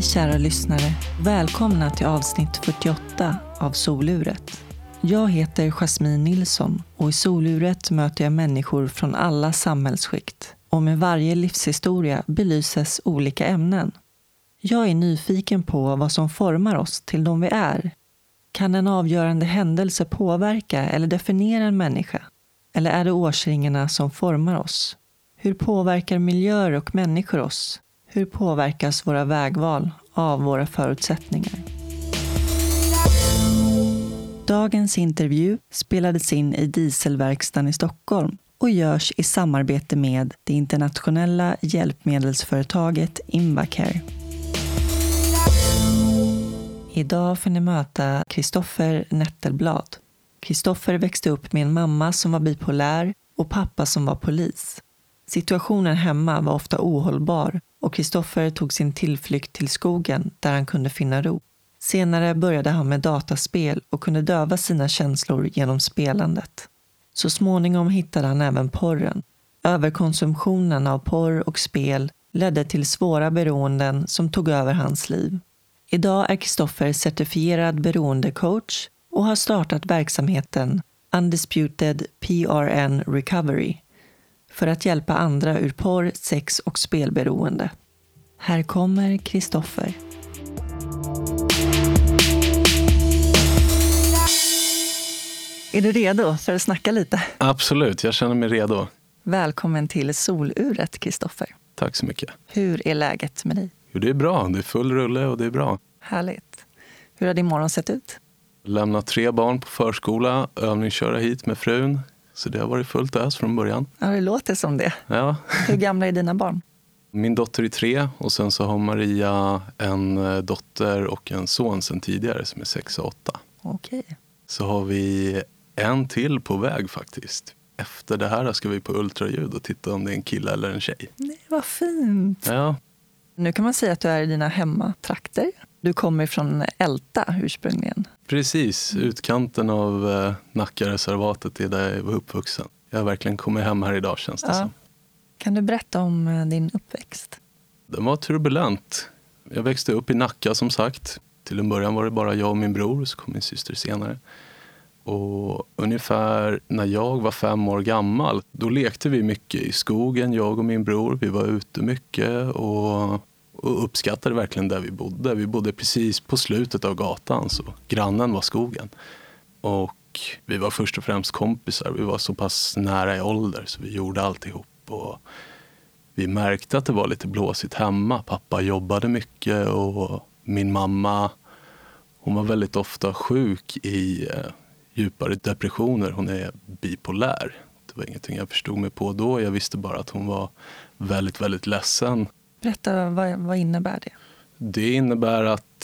kära lyssnare. Välkomna till avsnitt 48 av Soluret. Jag heter Jasmine Nilsson och i Soluret möter jag människor från alla samhällsskikt. Och med varje livshistoria belyses olika ämnen. Jag är nyfiken på vad som formar oss till de vi är. Kan en avgörande händelse påverka eller definiera en människa? Eller är det årsringarna som formar oss? Hur påverkar miljöer och människor oss? Hur påverkas våra vägval av våra förutsättningar? Dagens intervju spelades in i Dieselverkstan i Stockholm och görs i samarbete med det internationella hjälpmedelsföretaget Invacare. Idag får ni möta Kristoffer Nettelblad. Kristoffer växte upp med en mamma som var bipolär och pappa som var polis. Situationen hemma var ofta ohållbar och Kristoffer tog sin tillflykt till skogen där han kunde finna ro. Senare började han med dataspel och kunde döva sina känslor genom spelandet. Så småningom hittade han även porren. Överkonsumtionen av porr och spel ledde till svåra beroenden som tog över hans liv. Idag är Kristoffer certifierad beroendecoach och har startat verksamheten Undisputed PRN Recovery för att hjälpa andra ur porr, sex och spelberoende. Här kommer Kristoffer. Är du redo för att snacka lite? Absolut, jag känner mig redo. Välkommen till Soluret, Kristoffer. Tack så mycket. Hur är läget med dig? Jo, det är bra. Det är full rulle och det är bra. Härligt. Hur har din morgon sett ut? Lämnat 3 barn på förskola, övningsköra hit med frun. Så det har varit fullt ös från början. Ja, det låter som det. Ja. Hur gamla är dina barn? Min dotter är 3 och sen så har Maria en dotter och en son sen tidigare som är 6 och 8. Okej. Så har vi en till på väg faktiskt. Efter det här ska vi på ultraljud och titta om det är en kille eller en tjej. Nej, vad fint. Ja. Nu kan man säga att du är i dina hemmatrakter. Du kommer från Älta ursprungligen. Precis, utkanten av Nackareservatet är där jag var uppvuxen. Jag har verkligen kommit hem här idag känns det som. Kan du berätta om din uppväxt? Den var turbulent. Jag växte upp i Nacka som sagt. Till en början var det bara jag och min bror, så kom min syster senare. Och ungefär när jag var 5 år gammal, då lekte vi mycket i skogen, jag och min bror. Vi var ute mycket och uppskattade verkligen där vi bodde. Vi bodde precis på slutet av gatan, så grannen var skogen. Och vi var först och främst kompisar. Vi var så pass nära i ålder så vi gjorde alltihop. Och vi märkte att det var lite blåsigt hemma. Pappa jobbade mycket och min mamma, hon var väldigt ofta sjuk i djupare depressioner. Hon är bipolär. Det var ingenting jag förstod mig på då. Jag visste bara att hon var väldigt, väldigt ledsen. Berätta, vad innebär det? Det innebär att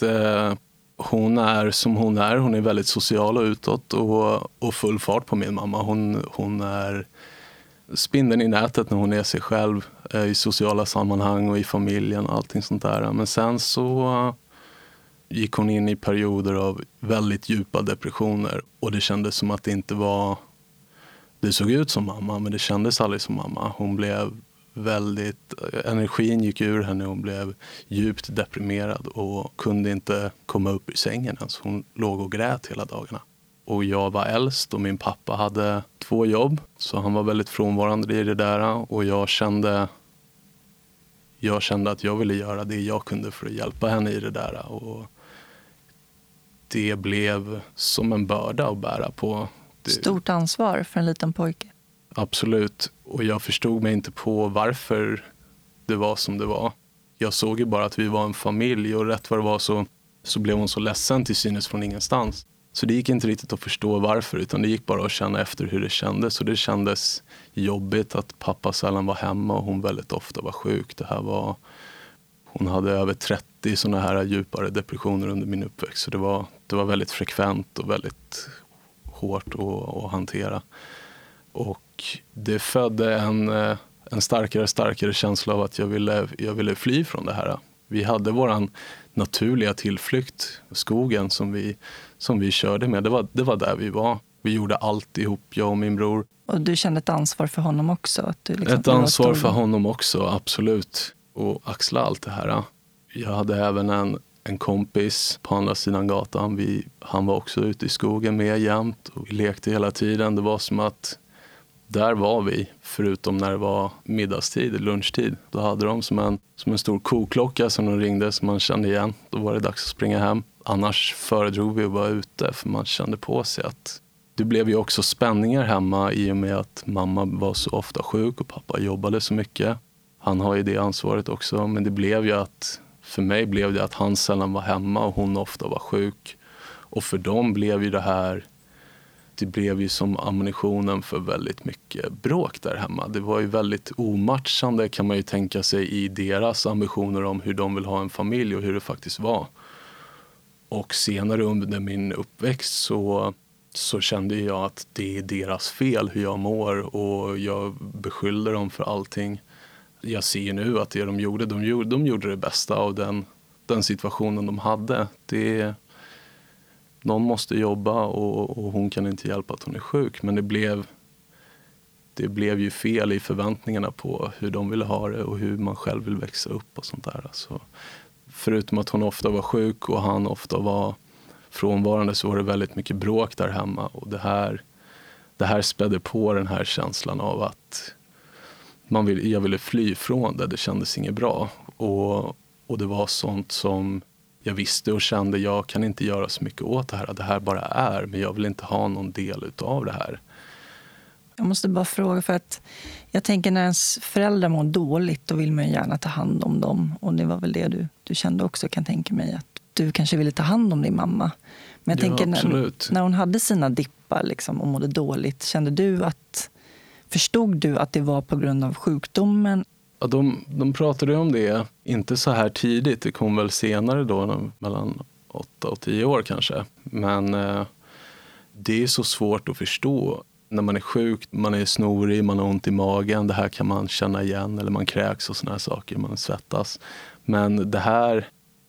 hon är som hon är. Hon är väldigt social och utåt och full fart på min mamma. Hon är spindeln i nätet när hon är sig själv i sociala sammanhang och i familjen och allting sånt där. Men sen så gick hon in i perioder av väldigt djupa depressioner och det kändes som att det inte var, det såg ut som mamma men det kändes aldrig som mamma. Hon blev väldigt, energin gick ur henne, hon blev djupt deprimerad och kunde inte komma upp ur sängen ens. Hon låg och grät hela dagarna. Och jag var äldst och min pappa hade 2 jobb så han var väldigt frånvarande i det där och jag kände att jag ville göra det jag kunde för att hjälpa henne i det där och det blev som en börda att bära på. Stort ansvar för en liten pojke. Absolut. Och jag förstod mig inte på varför det var som det var. Jag såg ju bara att vi var en familj och rätt vad det var så blev hon så ledsen till synes från ingenstans. Så det gick inte riktigt att förstå varför utan det gick bara att känna efter hur det kändes. Och det kändes jobbigt att pappa sällan var hemma och hon väldigt ofta var sjuk. Hon hade över 30 såna här djupare depressioner under min uppväxt. Så det var väldigt frekvent och väldigt hårt att hantera. Och det födde en starkare känsla av att jag ville fly från det här. Vi hade våran naturliga tillflykt, skogen som vi körde med. Det var där vi var. Vi gjorde allt ihop, jag och min bror. Och du kände ett ansvar för honom också? Att du liksom, ett ansvar för honom också, absolut. Och axla allt det här. Jag hade även en kompis på andra sidan gatan. Han var också ute i skogen med jämt och vi lekte hela tiden. Det var som att där var vi, förutom när det var middagstid, lunchtid. Då hade de som en stor koklocka som de ringde som man kände igen. Då var det dags att springa hem. Annars föredrog vi att vara ute för man kände på sig att det blev ju också spänningar hemma i och med att mamma var så ofta sjuk och pappa jobbade så mycket. Han har ju det ansvaret också, men det blev ju att för mig blev det att han sällan var hemma och hon ofta var sjuk. Och för dem blev ju det blev ju som ammunitionen för väldigt mycket bråk där hemma. Det var ju väldigt omatchande kan man ju tänka sig i deras ambitioner om hur de vill ha en familj och hur det faktiskt var. Och senare under min uppväxt så kände jag att det är deras fel hur jag mår och jag beskyllde dem för allting. Jag ser nu att det de gjorde det bästa av den situationen de hade. Någon måste jobba och hon kan inte hjälpa att hon är sjuk. Men det blev ju fel i förväntningarna på hur de ville ha det och hur man själv vill växa upp och sånt där. Alltså, förutom att hon ofta var sjuk och han ofta var frånvarande så var det väldigt mycket bråk där hemma. Och det här spädde på den här känslan av att jag ville fly från det. Det kändes inget bra. Och det var sånt som jag visste och kände, jag kan inte göra så mycket åt det här. Det här bara är, men jag vill inte ha någon del av det här. Jag måste bara fråga, för att jag tänker när ens föräldrar mår dåligt, då vill man ju gärna ta hand om dem. Och det var väl det du kände också, kan tänka mig, att du kanske ville ta hand om din mamma. Men jag tänker när hon hade sina dippar liksom, och mådde dåligt, förstod du att det var på grund av sjukdomen? Ja, de pratade om det, inte så här tidigt. Det kom väl senare då, mellan 8 och 10 år kanske. Men det är så svårt att förstå. När man är sjuk, man är snorig, man har ont i magen. Det här kan man känna igen, eller man kräks och såna här saker, man svettas. Men det här,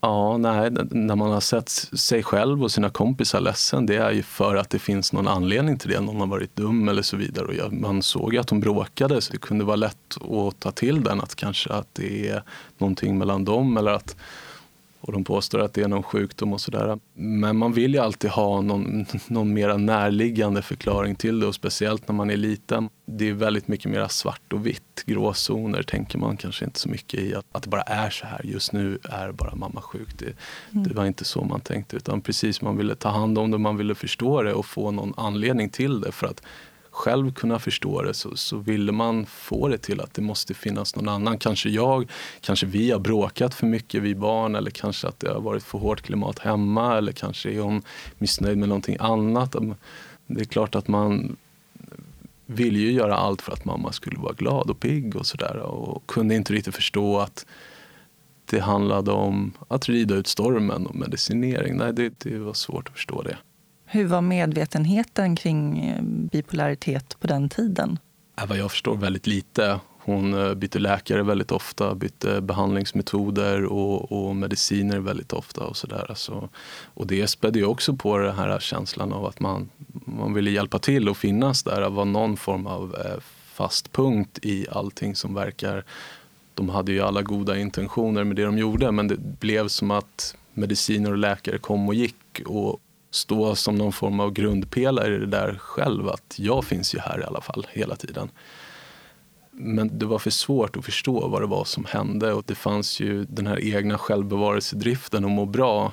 när man har sett sig själv och sina kompisar ledsen, det är ju för att det finns någon anledning till det. Någon har varit dum eller så vidare. Och man såg att de bråkade, så det kunde vara lätt att ta till den. Att kanske att det är någonting mellan dem och de påstår att det är någon sjukdom och sådär. Men man vill ju alltid ha någon mera närliggande förklaring till det. Och speciellt när man är liten. Det är väldigt mycket mer svart och vitt. Gråzoner tänker man kanske inte så mycket i. Att det bara är så här. Just nu är bara mamma sjuk. Det var inte så man tänkte. Utan precis, man ville ta hand om det. Man ville förstå det och få någon anledning till det. För att själv kunna förstå det så ville man få det till att det måste finnas någon annan. Kanske vi har bråkat för mycket, vi barn, eller kanske att det har varit för hårt klimat hemma, eller kanske är hon missnöjd med någonting annat. Det är klart att man vill ju göra allt för att mamma skulle vara glad och pigg och sådär, och kunde inte riktigt förstå att det handlade om att rida ut stormen och medicinering. Nej, det var svårt att förstå det. Hur var medvetenheten kring bipolaritet på den tiden? Vad jag förstår väldigt lite. Hon bytte läkare väldigt ofta, bytte behandlingsmetoder och mediciner väldigt ofta och sådär. Och det spädde ju också på den här känslan av att man ville hjälpa till och finnas där. Att vara någon form av fast punkt i allting som verkar. De hade ju alla goda intentioner med det de gjorde, men det blev som att mediciner och läkare kom och gick och stå som någon form av grundpelare i det där själv, att jag finns ju här i alla fall hela tiden. Men det var för svårt att förstå vad det var som hände, och det fanns ju den här egna självbevarelsedriften att må bra.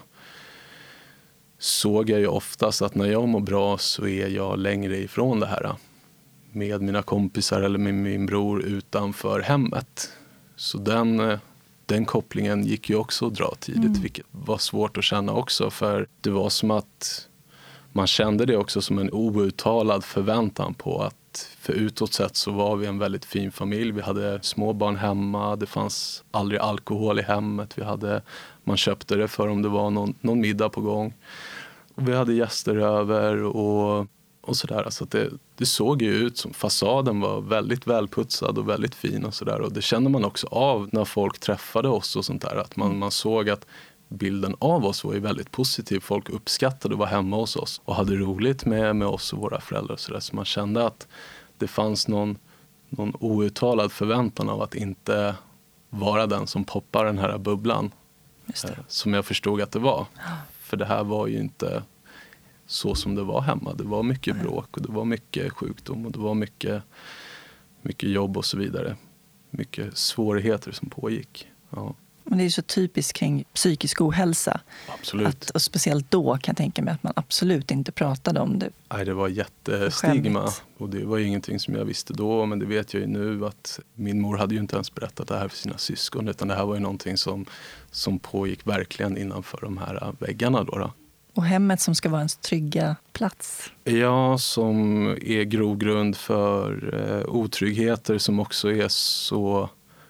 Såg jag ju oftast att när jag mår bra så är jag längre ifrån det här med mina kompisar eller med min bror utanför hemmet. Så den kopplingen gick ju också att dra tidigt, vilket var svårt att känna också, för det var som att man kände det också som en outtalad förväntan på att, för utåt sett så var vi en väldigt fin familj. Vi hade små barn hemma, det fanns aldrig alkohol i hemmet, man köpte det för om det var någon middag på gång. Och vi hade gäster över och sådär, så att det såg ju ut som fasaden var väldigt välputsad och väldigt fin och sådär, och det kände man också av när folk träffade oss och sånt där, att man såg att bilden av oss var ju väldigt positiv. Folk uppskattade att vara hemma hos oss och hade roligt med oss och våra föräldrar och sådär, så man kände att det fanns någon outtalad förväntan av att inte vara den som poppar den här bubblan. Just det. Som jag förstod att det var. För det här var ju inte så som det var hemma. Det var mycket bråk och det var mycket sjukdom och det var mycket jobb och så vidare. Mycket svårigheter som pågick. Ja. Men det är ju så typiskt kring psykisk ohälsa. Absolut. Och speciellt då kan jag tänka mig att man absolut inte pratade om det. Nej, det var jättestigma. Och det var ju ingenting som jag visste då, men det vet jag ju nu att min mor hade ju inte ens berättat det här för sina syskon, utan det här var ju någonting som pågick verkligen innanför de här väggarna då. Och hemmet som ska vara ens trygga plats. Ja, som är grogrund för otryggheter som också är så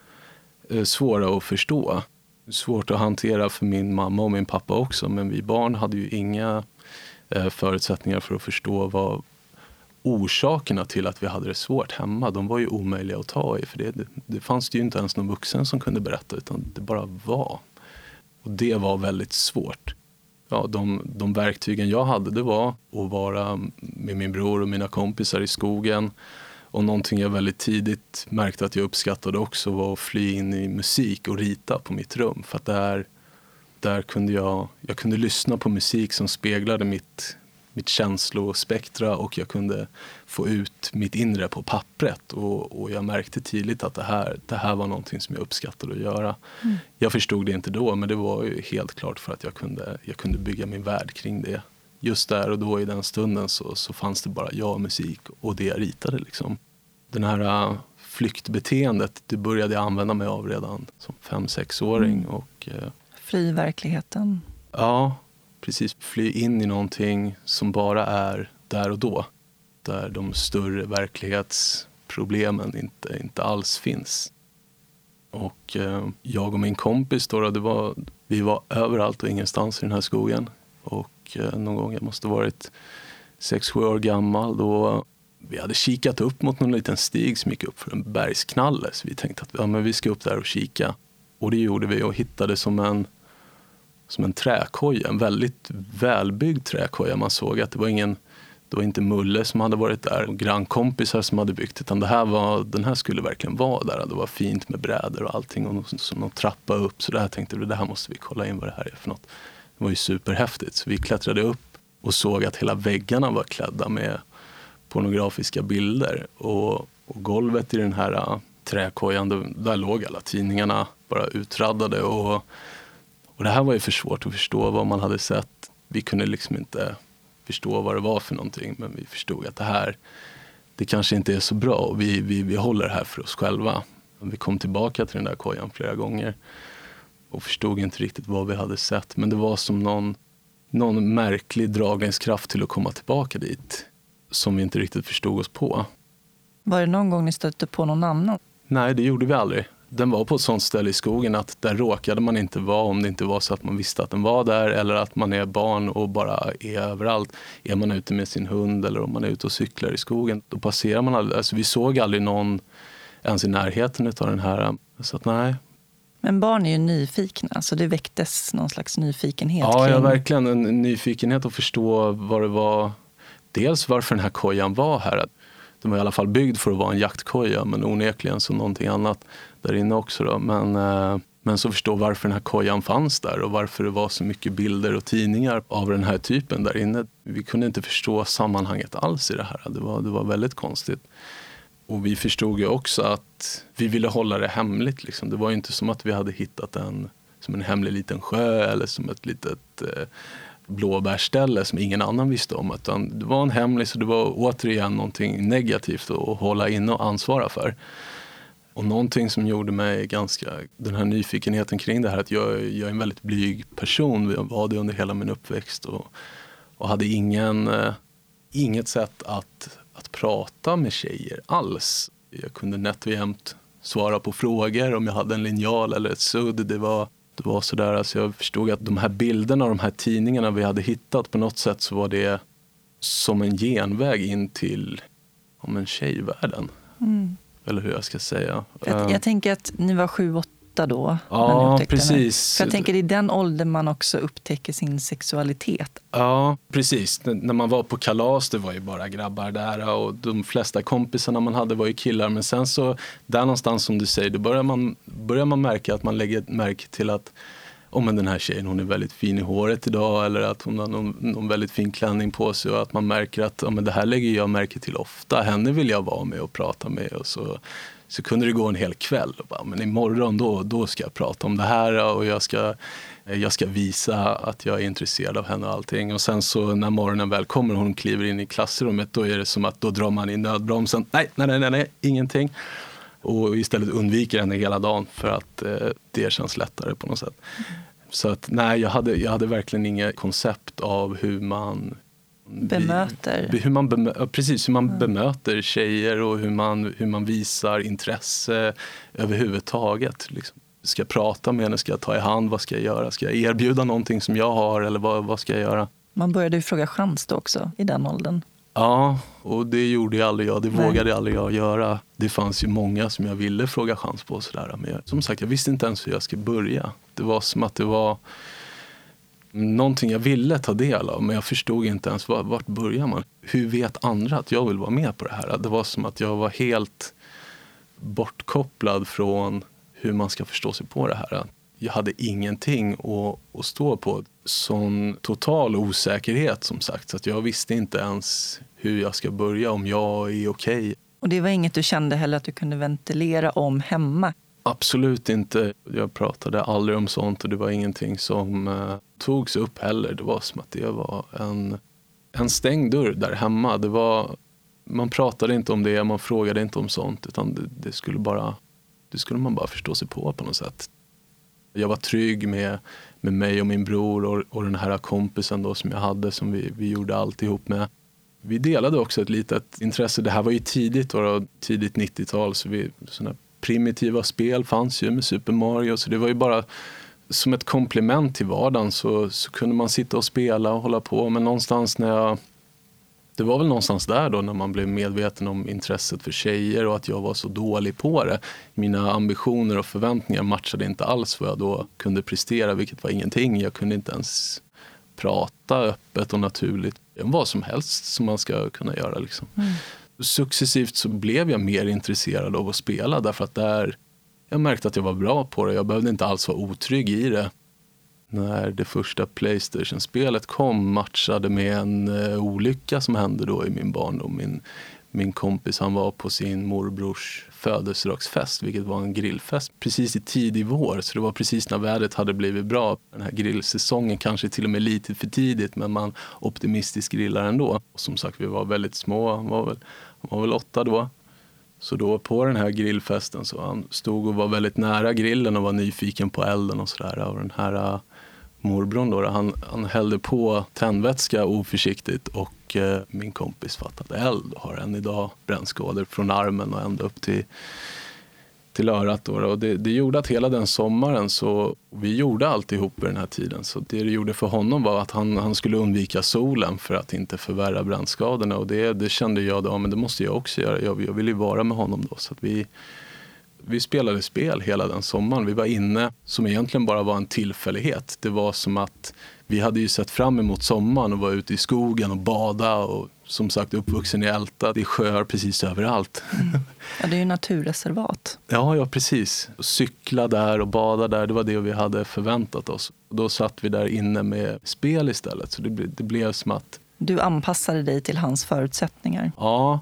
svåra att förstå. Svårt att hantera för min mamma och min pappa också, men vi barn hade ju inga förutsättningar för att förstå vad orsakerna till att vi hade det svårt hemma. De var ju omöjliga att ta i, för det fanns det ju inte ens någon vuxen som kunde berätta, utan det bara var. Och det var väldigt svårt. Ja, de verktygen jag hade, det var att vara med min bror och mina kompisar i skogen. Och någonting jag väldigt tidigt märkte att jag uppskattade också var att fly in i musik och rita på mitt rum. För att där kunde jag kunde lyssna på musik som speglade mitt känslospektra, och jag kunde få ut mitt inre på pappret. Och jag märkte tydligt att det här var någonting som jag uppskattade att göra. Mm. Jag förstod det inte då, men det var ju helt klart för att jag kunde bygga min värld kring det. Just där och då i den stunden så fanns det bara jag och musik och det jag ritade liksom. Den här flyktbeteendet, det började jag använda mig av redan som 5-6-åring. Och fly verkligheten. Ja, precis. Fly in i någonting som bara är där och då. Där de större verklighetsproblemen inte alls finns. Och jag och min kompis då, vi var överallt och ingenstans i den här skogen. Och någon gång, jag måste ha varit 6-7 år gammal, då vi hade kikat upp mot någon liten stig som gick upp för en bergsknalle. Så vi tänkte att men vi ska upp där och kika. Och det gjorde vi och hittade som en träkoja, en väldigt välbyggd träkoja. Man såg att det var inte Mulle som hade varit där och grannkompisar som hade byggt, utan den här skulle verkligen vara där. Det var fint med brädor och allting och någon trappa upp. Så där tänkte vi, det här måste vi kolla in vad det här är för något. Det var ju superhäftigt. Så vi klättrade upp och såg att hela väggarna var klädda med pornografiska bilder. Och golvet i den här träkojan, där låg alla tidningarna bara utraddade. Och det här var ju för svårt att förstå vad man hade sett. Vi kunde liksom inte förstå vad det var för någonting, men vi förstod att det kanske inte är så bra och vi håller det här för oss själva. Vi kom tillbaka till den där kojan flera gånger och förstod inte riktigt vad vi hade sett, men det var som någon märklig dragningskraft till att komma tillbaka dit som vi inte riktigt förstod oss på. Var det någon gång ni stötte på någon annan? Nej, det gjorde vi aldrig. Den var på ett sånt ställe i skogen att där råkade man inte vara om det inte var så att man visste att den var där, eller att man är barn och bara är överallt. Är man ute med sin hund eller om man är ute och cyklar i skogen, då passerar man aldrig. Alltså, vi såg aldrig någon ens i närheten av den här. Så att nej. Men barn är ju nyfikna, så det väcktes någon slags nyfikenhet. Ja, verkligen en nyfikenhet att förstå vad det var. Dels varför den här kojan var här. Den var i alla fall byggd för att vara en jaktkoja, men onekligen så någonting annat där inne också då. Men så förstå varför den här kojan fanns där och varför det var så mycket bilder och tidningar av den här typen där inne. Vi kunde inte förstå sammanhanget alls i det här. Det var väldigt konstigt. Och vi förstod ju också att vi ville hålla det hemligt. Liksom. Det var ju inte som att vi hade hittat som en hemlig liten sjö eller som ett litet blåbärställe som ingen annan visste om. Utan det var en hemlig, så det var återigen någonting negativt att hålla inne och ansvara för. Och någonting som gjorde mig den här nyfikenheten kring det här, att jag är en väldigt blyg person. Jag var det under hela min uppväxt och hade inget sätt att prata med tjejer alls. Jag kunde nätt och jämt svara på frågor om jag hade en linjal eller ett sudd. Det var sådär, alltså jag förstod att de här bilderna och de här tidningarna vi hade hittat, på något sätt så var det som en genväg in till tjejvärlden. Mm. Eller hur jag ska säga. Jag tänker att ni var 7-8 då. Ja, precis. För jag tänker att i den åldern man också upptäcker sin sexualitet. Ja, precis. När man var på kalas, det var ju bara grabbar där och de flesta kompisarna man hade var ju killar. Men sen så, där någonstans som du säger, då börjar man märka att man lägger märke till att men den här tjejen, hon är väldigt fin i håret idag, eller att hon har någon väldigt fin klänning på sig, och att man märker att men det här lägger jag märke till ofta, henne vill jag vara med och prata med. Och så kunde det gå en hel kväll och bara, men imorgon då ska jag prata om det här, och jag ska visa att jag är intresserad av henne och allting. Och sen så när morgonen väl kommer och hon kliver in i klassrummet, då är det som att då drar man i nödbromsen. Nej, ingenting. Och istället undviker henne hela dagen för att det känns lättare på något sätt. Så att nej, jag hade verkligen inget koncept av hur man bemöter. Precis, hur man bemöter tjejer och hur man visar intresse överhuvudtaget. Liksom. Ska jag prata med henne? Ska jag ta i hand? Vad ska jag göra? Ska jag erbjuda någonting som jag har? Eller vad ska jag göra? Man började ju fråga chans då också i den åldern. Ja, och det gjorde jag aldrig jag. Det vågade aldrig jag göra. Det fanns ju många som jag ville fråga chans på. Sådär. Men som sagt, jag visste inte ens hur jag skulle börja. Det var som att det var någonting jag ville ta del av. Men jag förstod inte ens vart börjar man. Hur vet andra att jag vill vara med på det här? Det var som att jag var helt bortkopplad från hur man ska förstå sig på det här. Jag hade ingenting att stå på. Sån total osäkerhet som sagt. Så att jag visste inte ens hur jag ska börja, om jag är okej. Och det var inget du kände heller att du kunde ventilera om hemma? Absolut inte. Jag pratade aldrig om sånt, och det var ingenting som togs upp heller. Det var som att det var en stängd dörr där hemma. Man pratade inte om det, man frågade inte om sånt, utan det skulle man bara förstå sig på något sätt. Jag var trygg med mig och min bror och den här kompisen då som jag hade, som vi gjorde allt ihop med. Vi delade också ett litet intresse. Det här var ju tidigt 90-tal, så såna primitiva spel fanns ju med Super Mario, så det var ju bara som ett komplement till vardagen, så kunde man sitta och spela och hålla på. Men någonstans det var väl någonstans där då när man blev medveten om intresset för tjejer och att jag var så dålig på det. Mina ambitioner och förväntningar matchade inte alls vad jag då kunde prestera, vilket var ingenting. Jag kunde inte ens prata öppet och naturligt. Vad som helst som man ska kunna göra liksom. Successivt så blev jag mer intresserad av att spela, därför att jag märkte att jag var bra på det. Jag behövde inte alls vara otrygg i det. När det första PlayStation-spelet kom matchade med en olycka som hände då i min barndom. Min kompis, han var på sin morbrors födelsedagsfest, vilket var en grillfest precis i tidig vår, så det var precis när vädret hade blivit bra. Den här grillsäsongen kanske till och med lite för tidigt, men man optimistiskt grillar ändå. Och som sagt, vi var väldigt små, han var väl 8 då. Så då på den här grillfesten så han stod och var väldigt nära grillen och var nyfiken på elden och sådär. Och den här morbrorn då, han hällde på tändvätska oförsiktigt, och min kompis fattade eld och har än idag brännskador från armen och ända upp till örat då. Och det gjorde att hela den sommaren så vi gjorde alltihop i den här tiden. Så det gjorde för honom var att han skulle undvika solen för att inte förvärra brännskadorna, och det kände jag då, men det måste jag också göra. Jag ville ju vara med honom då, så att vi spelade spel hela den sommaren. Vi var inne, som egentligen bara var en tillfällighet. Det var som att vi hade ju sett fram emot sommaren och var ute i skogen och bada, och som sagt uppvuxen i Älta. Det är sjöar precis överallt. Ja, det är ju naturreservat. Ja, precis. Och cykla där och bada där, det var det vi hade förväntat oss. Och då satt vi där inne med spel istället, så det blev som att... Du anpassade dig till hans förutsättningar. Ja,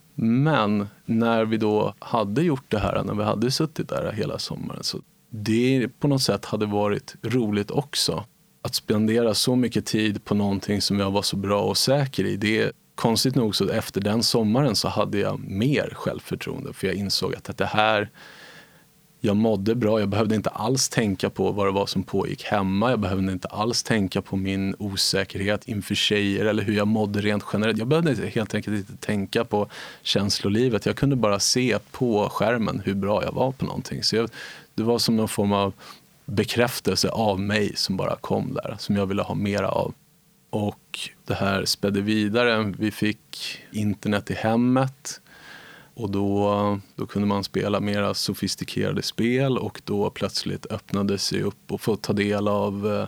men när vi då hade gjort det här, när vi hade suttit där hela sommaren, så det på något sätt hade varit roligt också. Att spendera så mycket tid på någonting som jag var så bra och säker i. Det är konstigt nog, så efter den sommaren så hade jag mer självförtroende. För jag insåg att det här, jag mådde bra. Jag behövde inte alls tänka på vad det var som pågick hemma. Jag behövde inte alls tänka på min osäkerhet inför tjejer eller hur jag mådde rent generellt. Jag behövde helt enkelt inte tänka på känslolivet. Jag kunde bara se på skärmen hur bra jag var på någonting. Så det var som någon form av bekräftelse av mig som bara kom där, som jag ville ha mera av. Och det här spädde vidare. Vi fick internet i hemmet, och då kunde man spela mera sofistikerade spel, och då plötsligt öppnade sig upp och få ta del av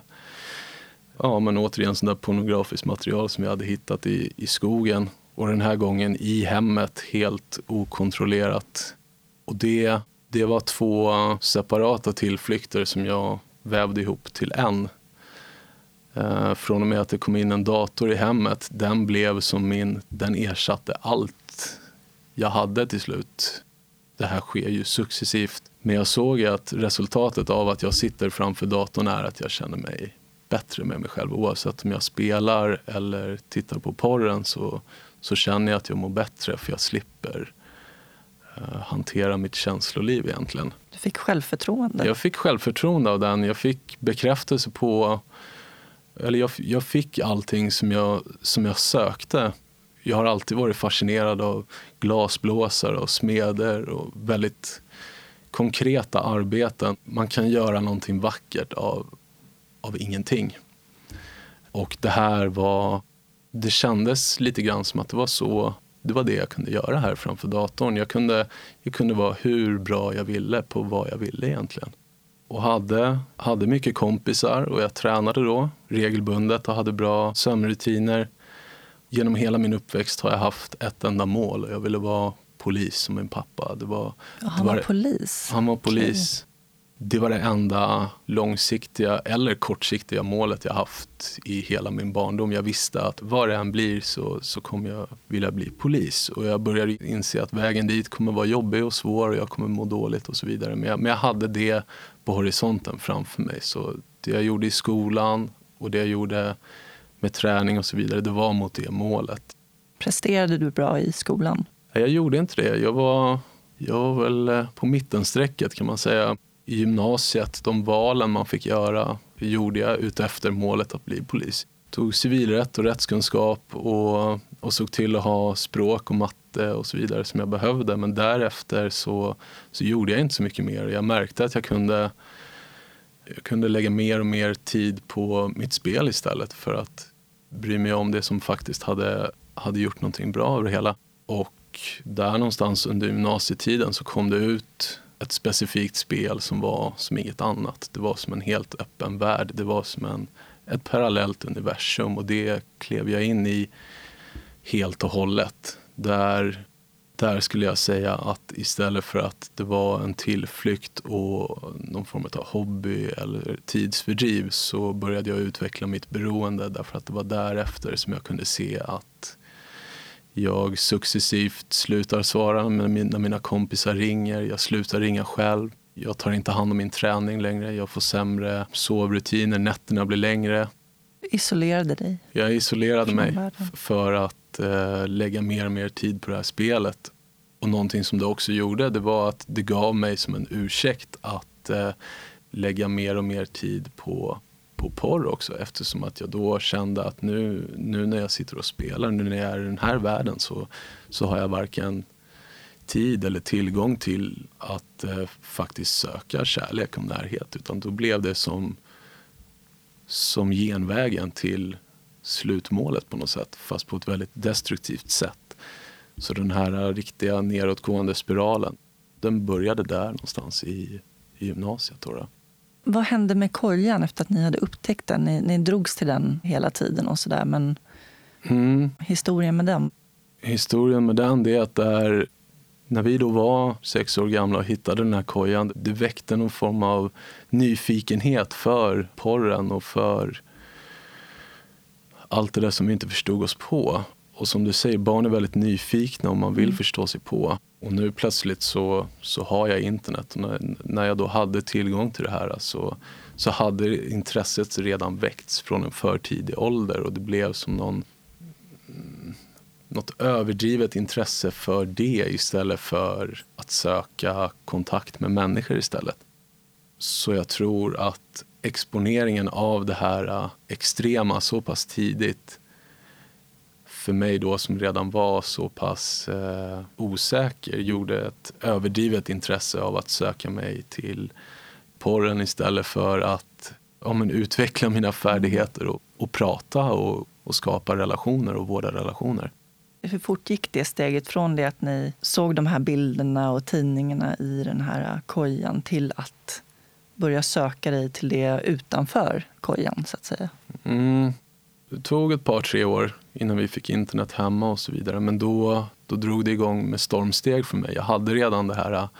men återigen sån där pornografiskt material som jag hade hittat i skogen, och den här gången i hemmet, helt okontrollerat. Och det var 2 separata tillflykter som jag vävde ihop till en. Från och med att det kom in en dator i hemmet, den blev som den ersatte allt jag hade till slut. Det här sker ju successivt. Men jag såg att resultatet av att jag sitter framför datorn är att jag känner mig bättre med mig själv. Oavsett om jag spelar eller tittar på porren så känner jag att jag mår bättre, för jag slipper hantera mitt känsloliv egentligen. Du fick självförtroende? Jag fick självförtroende av den. Jag fick bekräftelse på, eller jag fick allting som jag sökte. Jag har alltid varit fascinerad av glasblåsare och smeder och väldigt konkreta arbeten. Man kan göra någonting vackert av ingenting. Och det kändes lite grann som att det var det jag kunde göra här framför datorn. Jag kunde vara hur bra jag ville på vad jag ville egentligen. Och hade mycket kompisar, och jag tränade då regelbundet och hade bra sömnrutiner. Genom hela min uppväxt har jag haft ett enda mål, och jag ville vara polis som min pappa. Han var polis? Han var polis. Okay. Det var det enda långsiktiga eller kortsiktiga målet jag haft i hela min barndom. Jag visste att vad det än blir så kommer jag vilja bli polis. Och jag började inse att vägen dit kommer vara jobbig och svår, och jag kommer må dåligt och så vidare. Men jag hade det på horisonten framför mig. Så det jag gjorde i skolan och det jag gjorde med träning och så vidare, det var mot det målet. Presterade du bra i skolan? Jag gjorde inte det. Jag var väl på mittensträcket, kan man säga. I gymnasiet, de valen man fick göra, gjorde jag utefter målet att bli polis. Tog civilrätt och rättskunskap och såg till att ha språk och matte och så vidare som jag behövde. Men därefter så gjorde jag inte så mycket mer. Jag märkte att jag kunde lägga mer och mer tid på mitt spel istället, för att bry mig om det som faktiskt hade gjort någonting bra av det hela. Och där någonstans under gymnasietiden så kom det ut ett specifikt spel som var som inget annat. Det var som en helt öppen värld. Det var som ett parallellt universum, och det klev jag in i helt och hållet. Där skulle jag säga att istället för att det var en tillflykt och någon form av hobby eller tidsfördriv, så började jag utveckla mitt beroende, därför att det var därefter som jag kunde se att jag successivt slutar svara när mina kompisar ringer. Jag slutar ringa själv. Jag tar inte hand om min träning längre. Jag får sämre sovrutiner. Nätterna blir längre. Isolerade dig? Jag isolerade mig för att lägga mer och mer tid på det här spelet. Och någonting som det också gjorde, det var att det gav mig som en ursäkt att lägga mer och mer tid på porr också, eftersom att jag då kände att nu när jag sitter och spelar, nu när jag är i den här världen, så har jag varken tid eller tillgång till att faktiskt söka kärlek och närhet, utan då blev det som genvägen till slutmålet på något sätt, fast på ett väldigt destruktivt sätt. Så den här riktiga nedåtgående spiralen, den började där någonstans i gymnasiet då. Vad hände med kojan efter att ni hade upptäckt den? Ni drogs till den hela tiden och sådär, men historien med den? Historien med den, det är att när vi då var 6 år gamla och hittade den här kojan, det väckte någon form av nyfikenhet för porren och för allt det där som vi inte förstod oss på. Och som du säger, barn är väldigt nyfikna och man vill förstå sig på. Och nu plötsligt så har jag internet. Och när jag då hade tillgång till det här så hade intresset redan väckts från en för tidig ålder. Och det blev som något överdrivet intresse för det istället för att söka kontakt med människor istället. Så jag tror att exponeringen av det här extrema så pass tidigt, för mig då som redan var så pass osäker, gjorde ett överdrivet intresse av att söka mig till porren istället för att utveckla mina färdigheter och prata och skapa relationer och vårda relationer. Hur fort gick det steget från det att ni såg de här bilderna och tidningarna i den här kojan till att börja söka dig till det utanför kojan, så att säga? Det tog ett par 3 år innan vi fick internet hemma och så vidare. Men då drog det igång med stormsteg för mig. Jag hade redan det här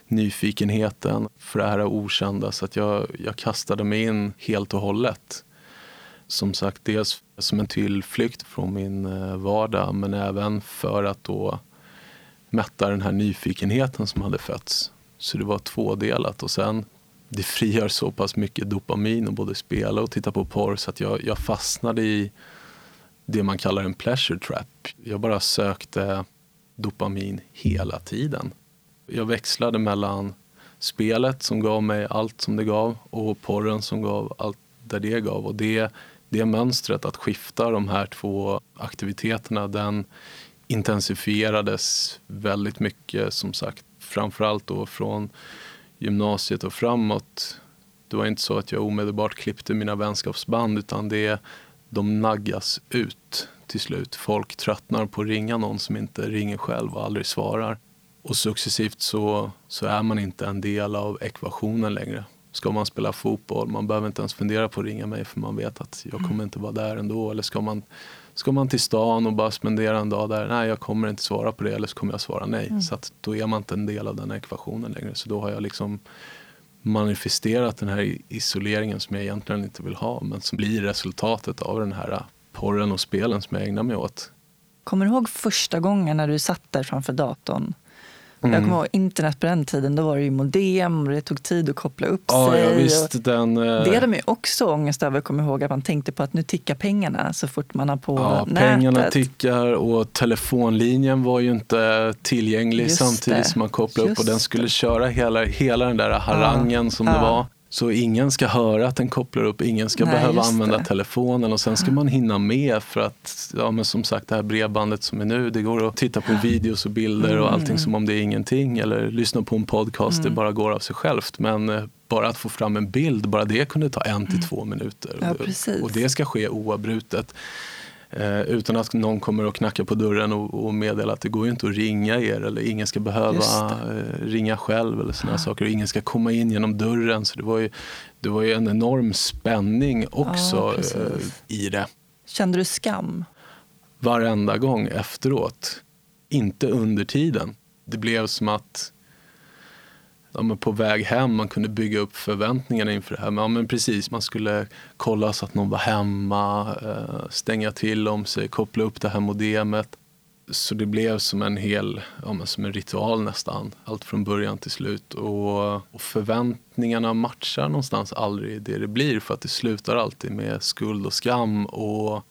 nyfikenheten för det här okända, så att jag kastade mig in helt och hållet. Som sagt, dels som en tillflykt från min vardag, men även för att då mätta den här nyfikenheten som hade fötts. Så det var tvådelat, och sen det frigör så pass mycket dopamin och både spela och titta på porr, så att jag fastnade i det man kallar en pleasure trap. Jag bara sökte dopamin hela tiden. Jag växlade mellan spelet som gav mig allt som det gav och porren som gav allt där det gav. Och det mönstret att skifta de här två aktiviteterna, den intensifierades väldigt mycket, som sagt, framförallt då från gymnasiet och framåt. Det var inte så att jag omedelbart klippte mina vänskapsband, utan de naggas ut till slut. Folk tröttnar på att ringa någon som inte ringer själv och aldrig svarar. Och successivt så är man inte en del av ekvationen längre. Ska man spela fotboll, man behöver inte ens fundera på att ringa mig, för man vet att jag kommer inte vara där ändå. Eller ska man till stan och bara spendera en dag där, nej, jag kommer inte svara på det, eller så kommer jag svara nej. Så att då är man inte en del av den ekvationen längre. Så då har jag liksom manifesterat den här isoleringen som jag egentligen inte vill ha, men som blir resultatet av den här porren och spelen som jag ägnar mig åt. Kommer du ihåg första gången när du satt där framför datorn? Jag kommer ihåg internet på den tiden, då var det ju modem och det tog tid att koppla upp sig. Ja, visst, det hade man ju också ångest över, kommer ihåg, att man tänkte på att nu tickar pengarna så fort man har på nätet. Pengarna tickar, och telefonlinjen var ju inte tillgänglig samtidigt som man kopplade upp, och den skulle köra hela den där harangen som det var. Så ingen ska höra att den kopplar upp, ingen ska behöva använda telefonen, och sen ska man hinna med, för att, men som sagt, det här bredbandet som är nu, det går att titta på videos och bilder och allting som om det är ingenting, eller lyssna på en podcast, det bara går av sig självt. Men bara att få fram en bild, bara det kunde ta 1 till 2 minuter. Ja, och det ska ske oavbrutet. Utan att någon kommer och knackar på dörren och meddela att det går ju inte att ringa er, eller ingen ska behöva ringa själv eller såna här saker, och ingen ska komma in genom dörren. Så det var ju en enorm spänning också i det. Kände du skam? Varenda gång efteråt. Inte under tiden. Det blev som att på väg hem man kunde bygga upp förväntningarna inför det här. Men precis, man skulle kolla så att någon var hemma, stänga till om sig, koppla upp det här modemet. Så det blev som som en ritual nästan, allt från början till slut. Och förväntningarna matchar någonstans aldrig det blir, för att det slutar alltid med skuld och skam, och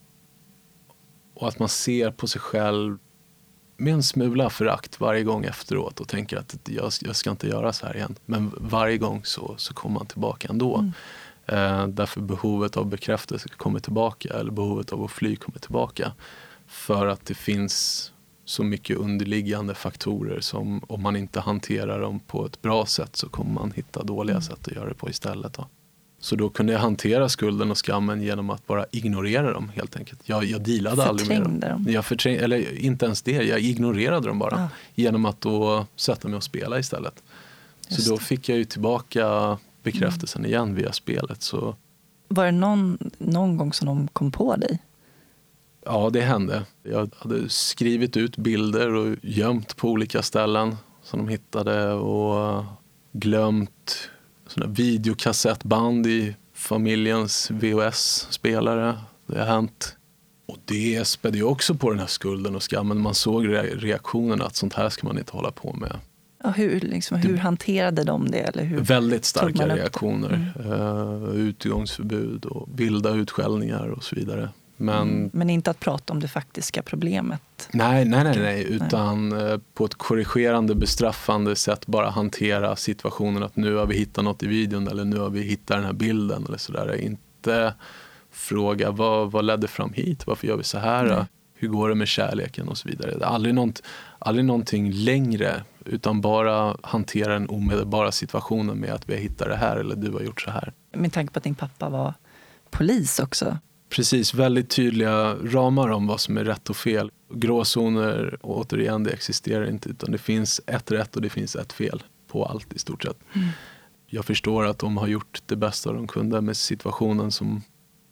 att man ser på sig själv med en smula förakt varje gång efteråt och tänker att jag ska inte göra så här igen. Men varje gång så kommer man tillbaka ändå. Därför behovet av bekräftelse kommer tillbaka, eller behovet av att fly kommer tillbaka. För att det finns så mycket underliggande faktorer som, om man inte hanterar dem på ett bra sätt, så kommer man hitta dåliga sätt att göra det på istället. Då. Så då kunde jag hantera skulden och skammen genom att bara ignorera dem helt enkelt. Jag dealade aldrig med dem. Jag förträngde, eller inte ens det, jag ignorerade dem bara. Genom att då sätta mig och spela istället. Så då fick jag ju tillbaka bekräftelsen igen via spelet. Så. Var det någon gång som de kom på dig? Ja, det hände. Jag hade skrivit ut bilder och gömt på olika ställen som de hittade, och glömt sådana videokassettband i familjens VHS-spelare. Det har hänt. Och det spädde ju också på den här skulden och skammen. Man såg reaktionen att sånt här ska man inte hålla på med. Ja, hur hanterade de det? Eller hur väldigt starka reaktioner. Utgångsförbud och vilda utskällningar och så vidare. Men inte att prata om det faktiska problemet. Nej. Utan på ett korrigerande, bestraffande sätt bara hantera situationen, att nu har vi hittat något i videon, eller nu har vi hittat den här bilden eller sådär. Inte fråga vad ledde fram hit, varför gör vi så här, hur går det med kärleken och så vidare. Det är aldrig någonting längre, utan bara hantera den omedelbara situationen med att vi har hittat det här, eller du har gjort så här. Med tanke på att din pappa var polis också. Precis, väldigt tydliga ramar om vad som är rätt och fel. Gråzoner, återigen, det existerar inte, utan det finns ett rätt och det finns ett fel på allt i stort sett. Jag förstår att de har gjort det bästa de kunde med situationen som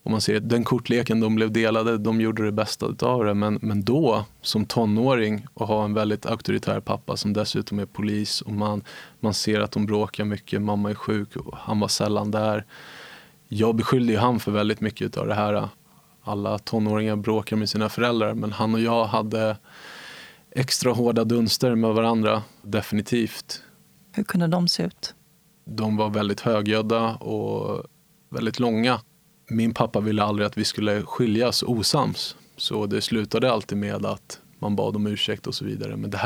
om man ser den kortleken de blev delade, de gjorde det bästa av det. Men då som tonåring och ha en väldigt auktoritär pappa som dessutom är polis och man ser att de bråkar mycket, mamma är sjuk och han var sällan där. Jag beskyllde ju han för väldigt mycket av det här. Alla tonåringar bråkar med sina föräldrar, men han och jag hade extra hårda dunster med varandra, definitivt. Hur kunde de se ut? De var väldigt högljudda och väldigt långa. Min pappa ville aldrig att vi skulle skiljas osams. Så det slutade alltid med att man bad om ursäkt och så vidare. Men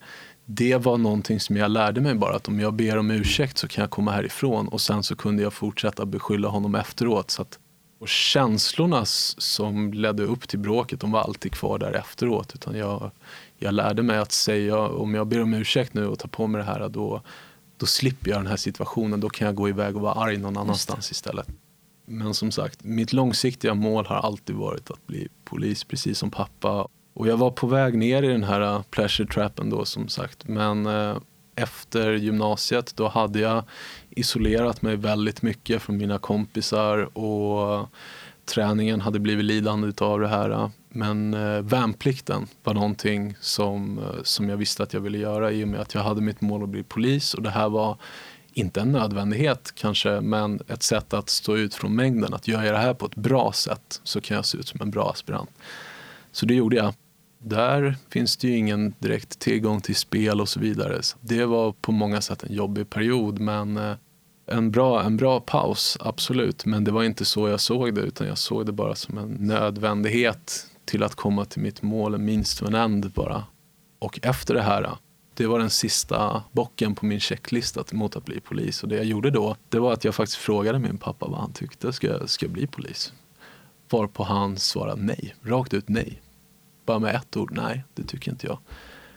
det var någonting som jag lärde mig bara. Att om jag ber om ursäkt så kan jag komma härifrån. Och sen så kunde jag fortsätta beskylla honom efteråt. Så att, och känslorna som ledde upp till bråket, de var alltid kvar där efteråt. Utan jag lärde mig att säga, om jag ber om ursäkt nu och tar på mig det här, då slipper jag den här situationen. Då kan jag gå iväg och vara arg någon annanstans istället. Men som sagt, mitt långsiktiga mål har alltid varit att bli polis, precis som pappa. Och jag var på väg ner i den här pleasure trappen då, som sagt. Men efter gymnasiet då hade jag isolerat mig väldigt mycket från mina kompisar och träningen hade blivit lidande av det här. Men värnplikten var någonting som jag visste att jag ville göra i och med att jag hade mitt mål att bli polis. Och det här var inte en nödvändighet kanske, men ett sätt att stå ut från mängden. Att göra det här på ett bra sätt så kan jag se ut som en bra aspirant. Så det gjorde jag. Där finns det ju ingen direkt tillgång till spel och så vidare. Så det var på många sätt en jobbig period, men en bra paus, absolut. Men det var inte så jag såg det, utan jag såg det bara som en nödvändighet till att komma till mitt mål, minst för en ände bara. Och efter det här, det var den sista bocken på min checklista mot att bli polis. Och det jag gjorde då, det var att jag faktiskt frågade min pappa vad han tyckte ska jag bli polis. Varpå han svarade nej, rakt ut nej. Bara med ett ord, nej, det tycker inte jag.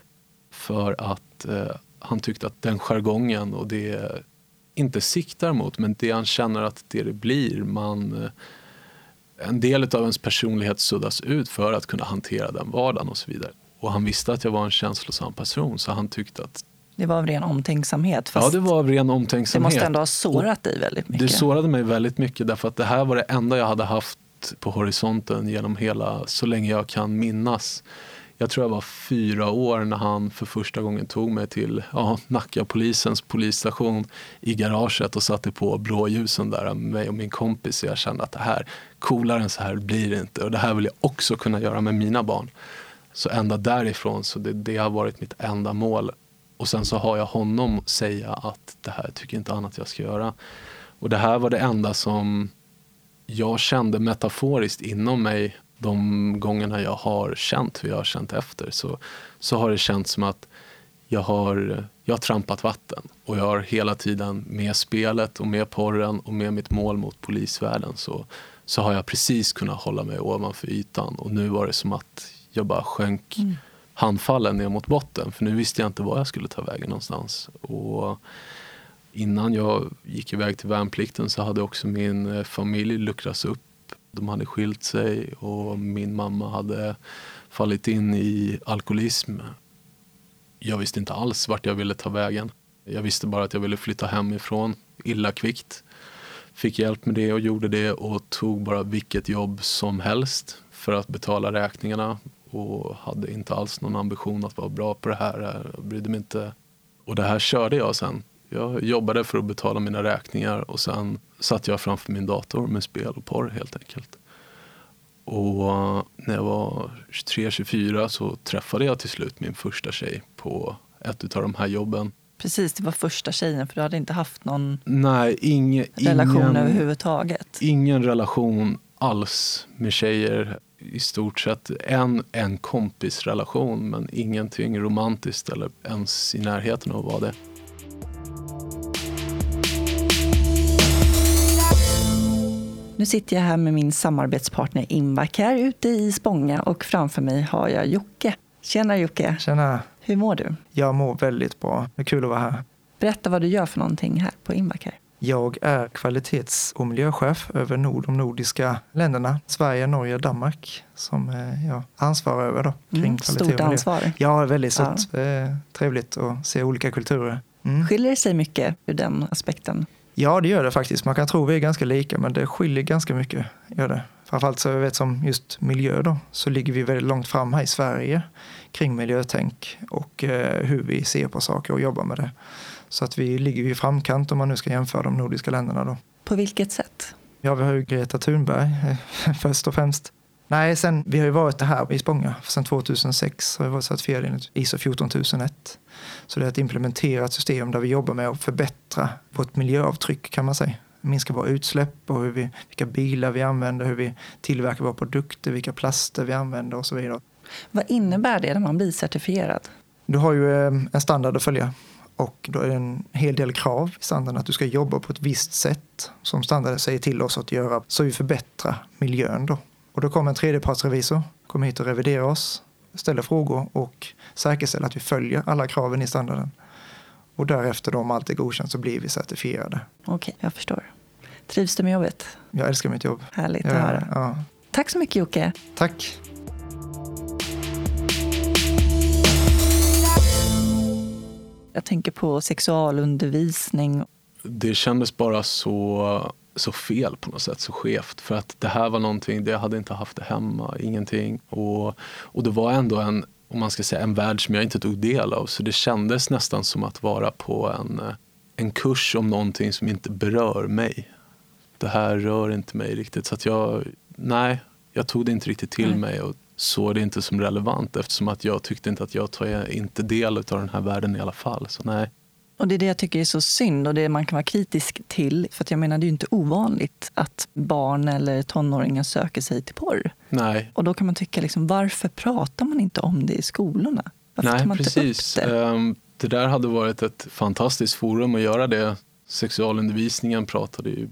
För att han tyckte att den jargongen och det inte siktar mot, men det han känner att det blir, en del av ens personlighet suddas ut för att kunna hantera den vardagen och så vidare. Och han visste att jag var en känslosam person, så han tyckte att det var av ren omtänksamhet. Ja, det var av ren omtänksamhet. Det måste ändå ha sårat dig väldigt mycket. Det sårade mig väldigt mycket, därför att det här var det enda jag hade haft på horisonten genom så länge jag kan minnas. Jag tror jag var 4 år när han för första gången tog mig till Nacka polisens polisstation i garaget och satte på blåljusen där med mig och min kompis. Och jag kände att det här, coolare än så här blir det inte. Och det här vill jag också kunna göra med mina barn. Så ända därifrån, så det har varit mitt enda mål. Och sen så har jag honom säga att det här tycker inte annat jag ska göra. Och det här var det enda som jag kände metaforiskt inom mig de gångerna jag har känt hur jag har känt efter. Så har det känts som att jag har trampat vatten. Och jag har hela tiden med spelet och med porren och med mitt mål mot polisvärlden så har jag precis kunnat hålla mig ovanför ytan. Och nu var det som att jag bara sjönk handfallen ner mot botten. För nu visste jag inte var jag skulle ta vägen någonstans. Och innan jag gick iväg till värnplikten så hade också min familj luckrats upp. De hade skilt sig och min mamma hade fallit in i alkoholism. Jag visste inte alls vart jag ville ta vägen. Jag visste bara att jag ville flytta hemifrån illa kvickt. Fick hjälp med det och gjorde det och tog bara vilket jobb som helst för att betala räkningarna. Och hade inte alls någon ambition att vara bra på det här. Jag brydde mig inte. Och det här körde jag sen. Jag jobbade för att betala mina räkningar och sen satt jag framför min dator med spel och porr helt enkelt. Och när jag var 23-24 så träffade jag till slut min första tjej på ett av de här jobben. Precis, det var första tjejen, för du hade inte haft någon relation överhuvudtaget. Ingen relation alls med tjejer. I stort sett en kompisrelation, men ingenting romantiskt eller ens i närheten av vad det. Nu sitter jag här med min samarbetspartner Invacare ute i Spånga och framför mig har jag Jocke. Tjena Jocke. Tjena. Hur mår du? Jag mår väldigt bra. Det är kul att vara här. Berätta vad du gör för någonting här på Invacare. Jag är kvalitets- och miljöchef över de nordiska länderna. Sverige, Norge och Danmark som jag ansvarar över då, kring kvalitet stort ansvar. Ja, väldigt stort. Trevligt att se olika kulturer. Skiljer det sig mycket ur den aspekten? Ja, det gör det faktiskt. Man kan tro vi är ganska lika, men det skiljer ganska mycket. Gör det. Framförallt så jag vet som just miljö då, så ligger vi väldigt långt fram här i Sverige kring miljötänk och hur vi ser på saker och jobbar med det. Så att vi ligger i framkant om man nu ska jämföra de nordiska länderna då. På vilket sätt? Ja, vi har ju Greta Thunberg först och främst. Nej, vi har ju varit här i Spånga sedan 2006 har vi varit certifierade enligt ISO 14001. Så det är ett implementerat system där vi jobbar med att förbättra vårt miljöavtryck kan man säga. Minska våra utsläpp och vilka bilar vi använder, hur vi tillverkar våra produkter, vilka plaster vi använder och så vidare. Vad innebär det när man blir certifierad? Du har ju en standard att följa och då är det en hel del krav i standarden att du ska jobba på ett visst sätt som standarden säger till oss att göra så vi förbättrar miljön då. Och då kommer en tredjepartsrevisor, kommer hit och reviderar oss, ställer frågor och säkerställer att vi följer alla kraven i standarden. Och därefter då, om allt är godkänt så blir vi certifierade. Okej, jag förstår. Trivs du med jobbet? Jag älskar mitt jobb. Härligt att höra. Ja. Tack så mycket Jocke. Tack. Jag tänker på sexualundervisning. Det kändes bara så fel på något sätt, så skevt. För att det här var någonting, det hade inte haft det hemma, ingenting. Och det var ändå om man ska säga, en värld som jag inte tog del av. Så det kändes nästan som att vara på en kurs om någonting som inte berör mig. Det här rör inte mig riktigt. Så att jag tog det inte riktigt till mig och såg det inte som relevant. Eftersom att jag tyckte inte att jag tar inte del av den här världen i alla fall. Så nej. Och det är det jag tycker är så synd och det man kan vara kritisk till. För att jag menar, det är ju inte ovanligt att barn eller tonåringar söker sig till porr. Nej. Och då kan man tycka, liksom, varför pratar man inte om det i skolorna? Varför tar man precis. Inte upp det? Det där hade varit ett fantastiskt forum att göra det. Sexualundervisningen pratade ju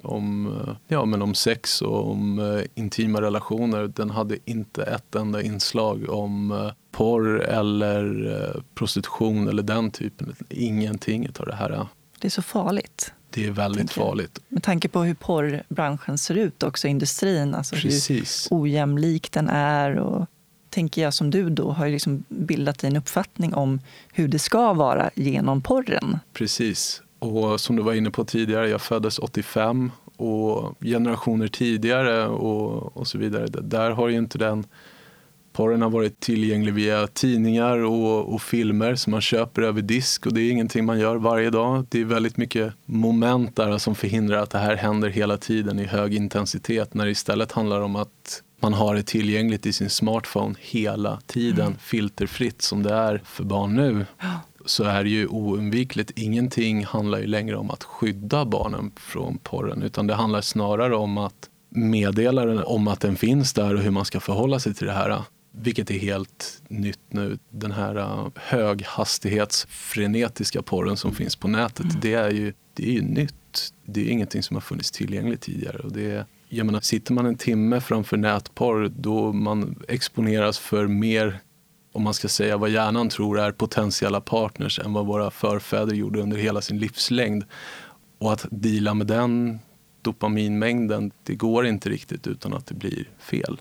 om sex och om intima relationer. Den hade inte ett enda inslag om porr eller prostitution eller den typen. Ingenting av det här. Det är så farligt. Det är väldigt farligt. Med tanke på hur porrbranschen ser ut också, industrin. Alltså precis. Hur ojämlik den är. Och tänker jag som du då har ju liksom bildat en uppfattning om hur det ska vara genom porren. Precis. Och som du var inne på tidigare, jag föddes 85 och generationer tidigare och så vidare. Där har ju inte porren har varit tillgänglig via tidningar och filmer som man köper över disk och det är ingenting man gör varje dag. Det är väldigt mycket moment där som förhindrar att det här händer hela tiden i hög intensitet när det istället handlar om att man har det tillgängligt i sin smartphone hela tiden, filterfritt som det är för barn nu. Så är det ju oundvikligt. Ingenting handlar ju längre om att skydda barnen från porren utan det handlar snarare om att meddela den om att den finns där och hur man ska förhålla sig till det här. Vilket är helt nytt nu. Den här höghastighetsfrenetiska porren som finns på nätet, det är ju nytt. Det är ingenting som har funnits tillgängligt tidigare. Och jag menar, sitter man en timme framför nätporr då man exponeras för mer, om man ska säga vad hjärnan tror är potentiella partners än vad våra förfäder gjorde under hela sin livslängd. Och att deala med den dopaminmängden, det går inte riktigt utan att det blir fel.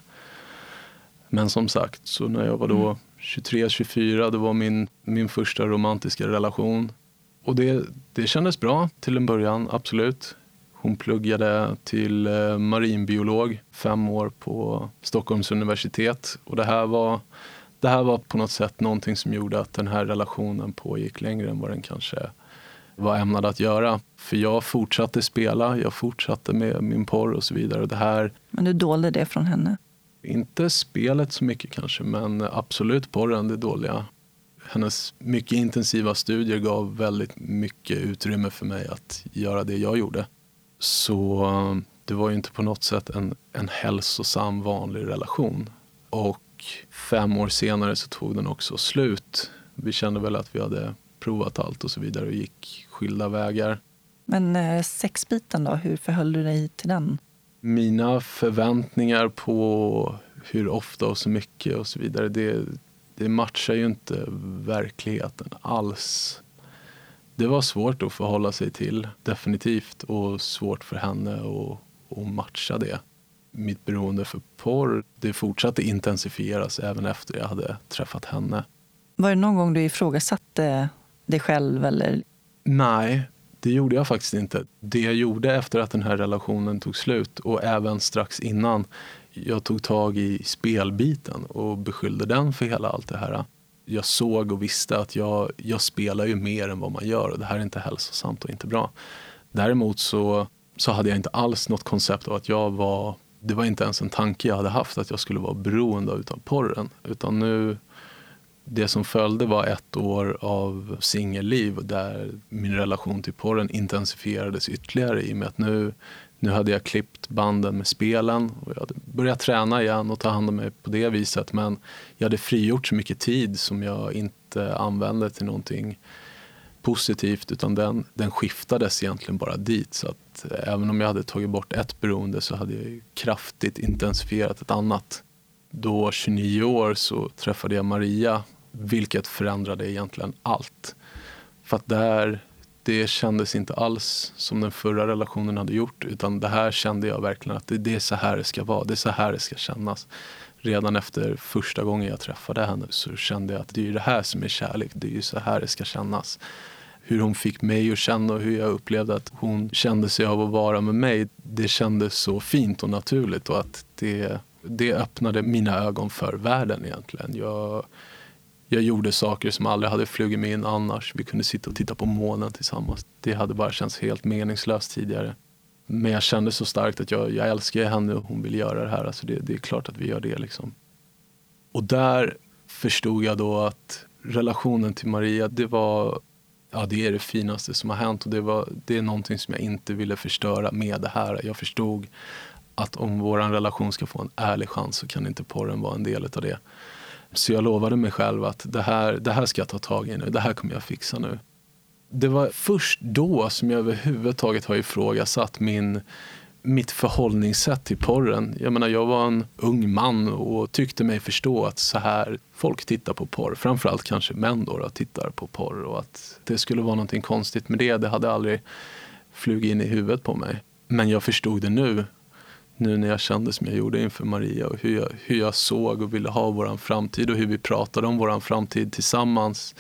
Men som sagt, så när jag var då 23-24, det var min första romantiska relation. Och det kändes bra till en början, absolut. Hon pluggade till marinbiolog 5 år på Stockholms universitet. Och det här var på något sätt någonting som gjorde att den här relationen pågick längre än vad den kanske var ämnad att göra. För jag fortsatte spela, jag fortsatte med min porr och så vidare. Men du dolde det från henne? Inte spelet så mycket kanske, men absolut porren, det dåliga. Hennes mycket intensiva studier gav väldigt mycket utrymme för mig att göra det jag gjorde. Så det var ju inte på något sätt en hälsosam vanlig relation. Och 5 år senare så tog den också slut. Vi kände väl att vi hade provat allt och så vidare och gick skilda vägar. Men sexbiten då, hur förhöll du dig till den? Mina förväntningar på hur ofta och så mycket och så vidare, det matchar ju inte verkligheten alls. Det var svårt att förhålla sig till, definitivt, och svårt för henne att matcha det. Mitt beroende för porr, det fortsatte intensifieras även efter jag hade träffat henne. Var det någon gång du ifrågasatte dig själv? Eller? Nej, Det gjorde jag faktiskt inte. Det jag gjorde efter att den här relationen tog slut och även strax innan, jag tog tag i spelbiten och beskyllde den för hela allt det här. Jag såg och visste att jag spelar ju mer än vad man gör och det här är inte hälsosamt och inte bra. Däremot så hade jag inte alls något koncept av att det var inte ens en tanke jag hade haft att jag skulle vara beroende av porren. Utan nu, det som följde var 1 år av singelliv där min relation till porren intensifierades ytterligare i och med att nu hade jag klippt banden med spelen och jag hade börjat träna igen och ta hand om mig på det viset. Men jag hade frigjort så mycket tid som jag inte använde till någonting positivt utan den skiftades egentligen bara dit. Så att även om jag hade tagit bort ett beroende så hade jag kraftigt intensifierat ett annat. Då 29 år så träffade jag Maria, vilket förändrade egentligen allt. För att det kändes inte alls som den förra relationen hade gjort utan det här kände jag verkligen att det är så här det ska vara, det är så här det ska kännas. Redan efter första gången jag träffade henne så kände jag att det är det här som är kärlek, det är ju så här det ska kännas. Hur hon fick mig att känna och hur jag upplevde att hon kände sig av att vara med mig, det kändes så fint och naturligt och att det öppnade mina ögon för världen egentligen. Jag gjorde saker som aldrig hade flugit mig in annars. Vi kunde sitta och titta på månen tillsammans. Det hade bara känts helt meningslöst tidigare. Men jag kände så starkt att jag älskar henne och hon vill göra det här. Alltså det är klart att vi gör det liksom. Och där förstod jag då att relationen till Maria, det är det finaste som har hänt. Och det är någonting som jag inte ville förstöra med det här. Jag förstod att om vår relation ska få en ärlig chans så kan inte porren vara en del av det. Så jag lovade mig själv att det här ska jag ta tag i nu. Det här kommer jag fixa nu. Det var först då som jag överhuvudtaget har ifrågasatt mitt förhållningssätt till porren. Jag menar, jag var en ung man och tyckte mig förstå att så här folk tittar på porr. Framförallt kanske män då tittar på porr. Och att det skulle vara någonting konstigt med det. Det hade aldrig flugit in i huvudet på mig. Men jag förstod det nu när jag kände som jag gjorde inför Maria och hur jag såg och ville ha våran framtid och hur vi pratade om våran framtid tillsammans,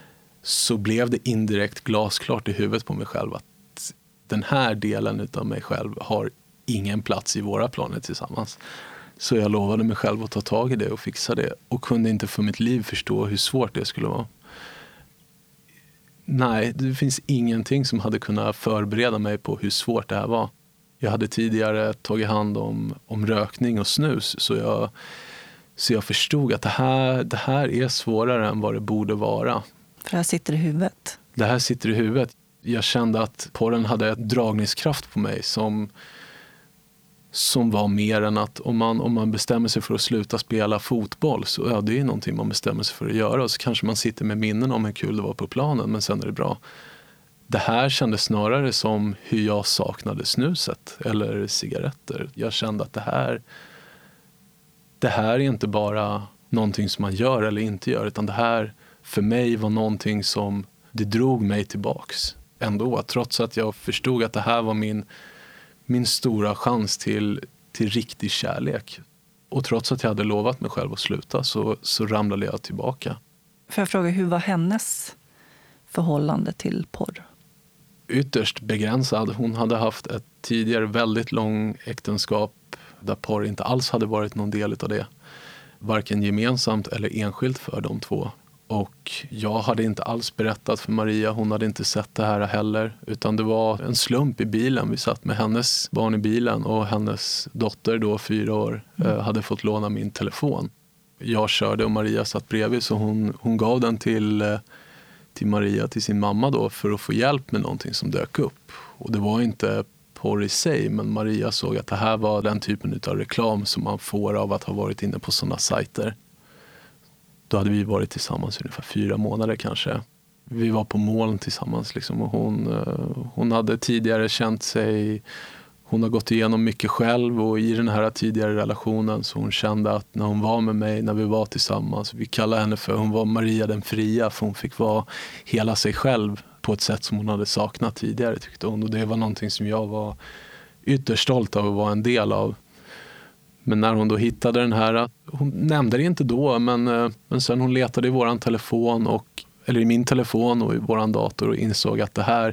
så blev det indirekt glasklart i huvudet på mig själv att den här delen av mig själv har ingen plats i våra planer tillsammans. Så jag lovade mig själv att ta tag i det och fixa det och kunde inte för mitt liv förstå hur svårt det skulle vara. Nej, det finns ingenting som hade kunnat förbereda mig på hur svårt det här var. Jag hade tidigare tagit hand om rökning och snus så jag förstod att det här är svårare än vad det borde vara. För det här sitter i huvudet? Det här sitter i huvudet. Jag kände att porren hade ett dragningskraft på mig som var mer än att om man bestämmer sig för att sluta spela fotboll så det är någonting man bestämmer sig för att göra och så kanske man sitter med minnen om hur kul det var på planen men sen är det bra. Det här kändes snarare som hur jag saknade snuset eller cigaretter. Jag kände att det här är inte bara någonting som man gör eller inte gör utan det här för mig var någonting som det drog mig tillbaks ändå. Trots att jag förstod att det här var min stora chans till riktig kärlek. Och trots att jag hade lovat mig själv att sluta så ramlade jag tillbaka. Får jag fråga, hur var hennes förhållande till porr? Ytterst begränsad. Hon hade haft ett tidigare väldigt lång äktenskap där porr inte alls hade varit någon del av det. Varken gemensamt eller enskilt för de två. Och jag hade inte alls berättat för Maria, hon hade inte sett det här heller. Utan det var en slump i bilen. Vi satt med hennes barn i bilen och hennes dotter då 4 år hade fått låna min telefon. Jag körde och Maria satt bredvid så hon gav den till Maria, till sin mamma då för att få hjälp med någonting som dök upp. Och det var inte porr i sig men Maria såg att det här var den typen av reklam som man får av att ha varit inne på sådana sajter. Då hade vi varit tillsammans ungefär 4 månader kanske. Vi var på moln tillsammans liksom, och hon hade tidigare känt sig, hon har gått igenom mycket själv och i den här tidigare relationen så hon kände att när hon var med mig, när vi var tillsammans, vi kallade henne för, hon var Maria den fria för hon fick vara hela sig själv på ett sätt som hon hade saknat tidigare tyckte hon och det var någonting som jag var ytterst stolt av att vara en del av. Men när hon då hittade den här, hon nämnde det inte då men sen hon letade i våran telefon eller i min telefon och i våran dator och insåg att det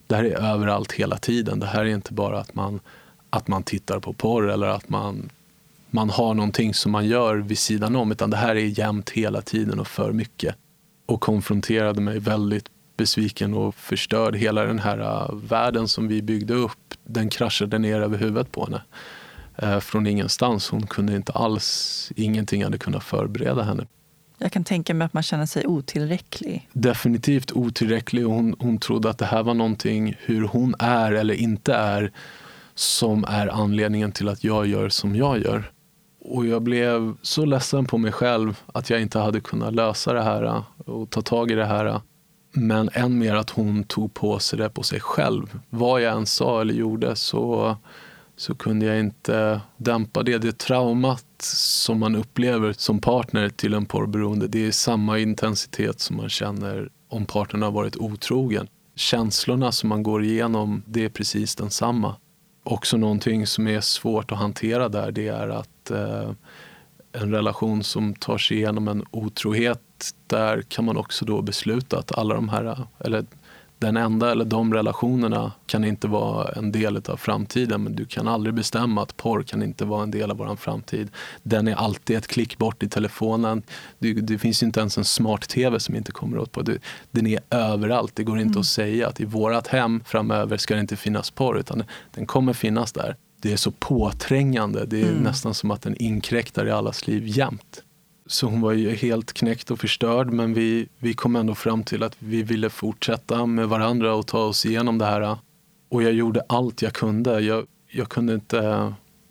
Det här är överallt hela tiden. Det här är inte bara att man tittar på porr eller att man har någonting som man gör vid sidan om, utan det här är jämt hela tiden och för mycket. Och konfronterade mig väldigt besviken och förstörd. Hela den här världen som vi byggde upp, den kraschade ner över huvudet på henne. Från ingenstans. Hon kunde inte alls, ingenting hade kunnat förbereda henne. Jag kan tänka mig att man känner sig otillräcklig. Definitivt otillräcklig. Hon trodde att det här var någonting, hur hon är eller inte är, som är anledningen till att jag gör som jag gör. Och jag blev så ledsen på mig själv att jag inte hade kunnat lösa det här och ta tag i det här. Men än mer att hon tog på sig det på sig själv. Vad jag än sa eller gjorde så kunde jag inte dämpa det. Det traumat som man upplever som partner till en porrberoende, det är samma intensitet som man känner om partnern har varit otrogen. Känslorna som man går igenom, det är precis densamma. Också någonting som är svårt att hantera där, det är att en relation som tar sig igenom en otrohet, där kan man också då besluta att alla de här, eller den enda eller de relationerna kan inte vara en del av framtiden, men du kan aldrig bestämma att porr kan inte vara en del av vår framtid. Den är alltid ett klick bort i telefonen. Det finns ju inte ens en smart-tv som inte kommer åt på. Den är överallt. Det går inte att säga att i vårat hem framöver ska det inte finnas porr, utan den kommer finnas där. Det är så påträngande. Det är nästan som att den inkräktar i allas liv jämt. Så hon var ju helt knäckt och förstörd, men vi kom ändå fram till att vi ville fortsätta med varandra och ta oss igenom det här. Och jag gjorde allt jag kunde. Jag kunde inte...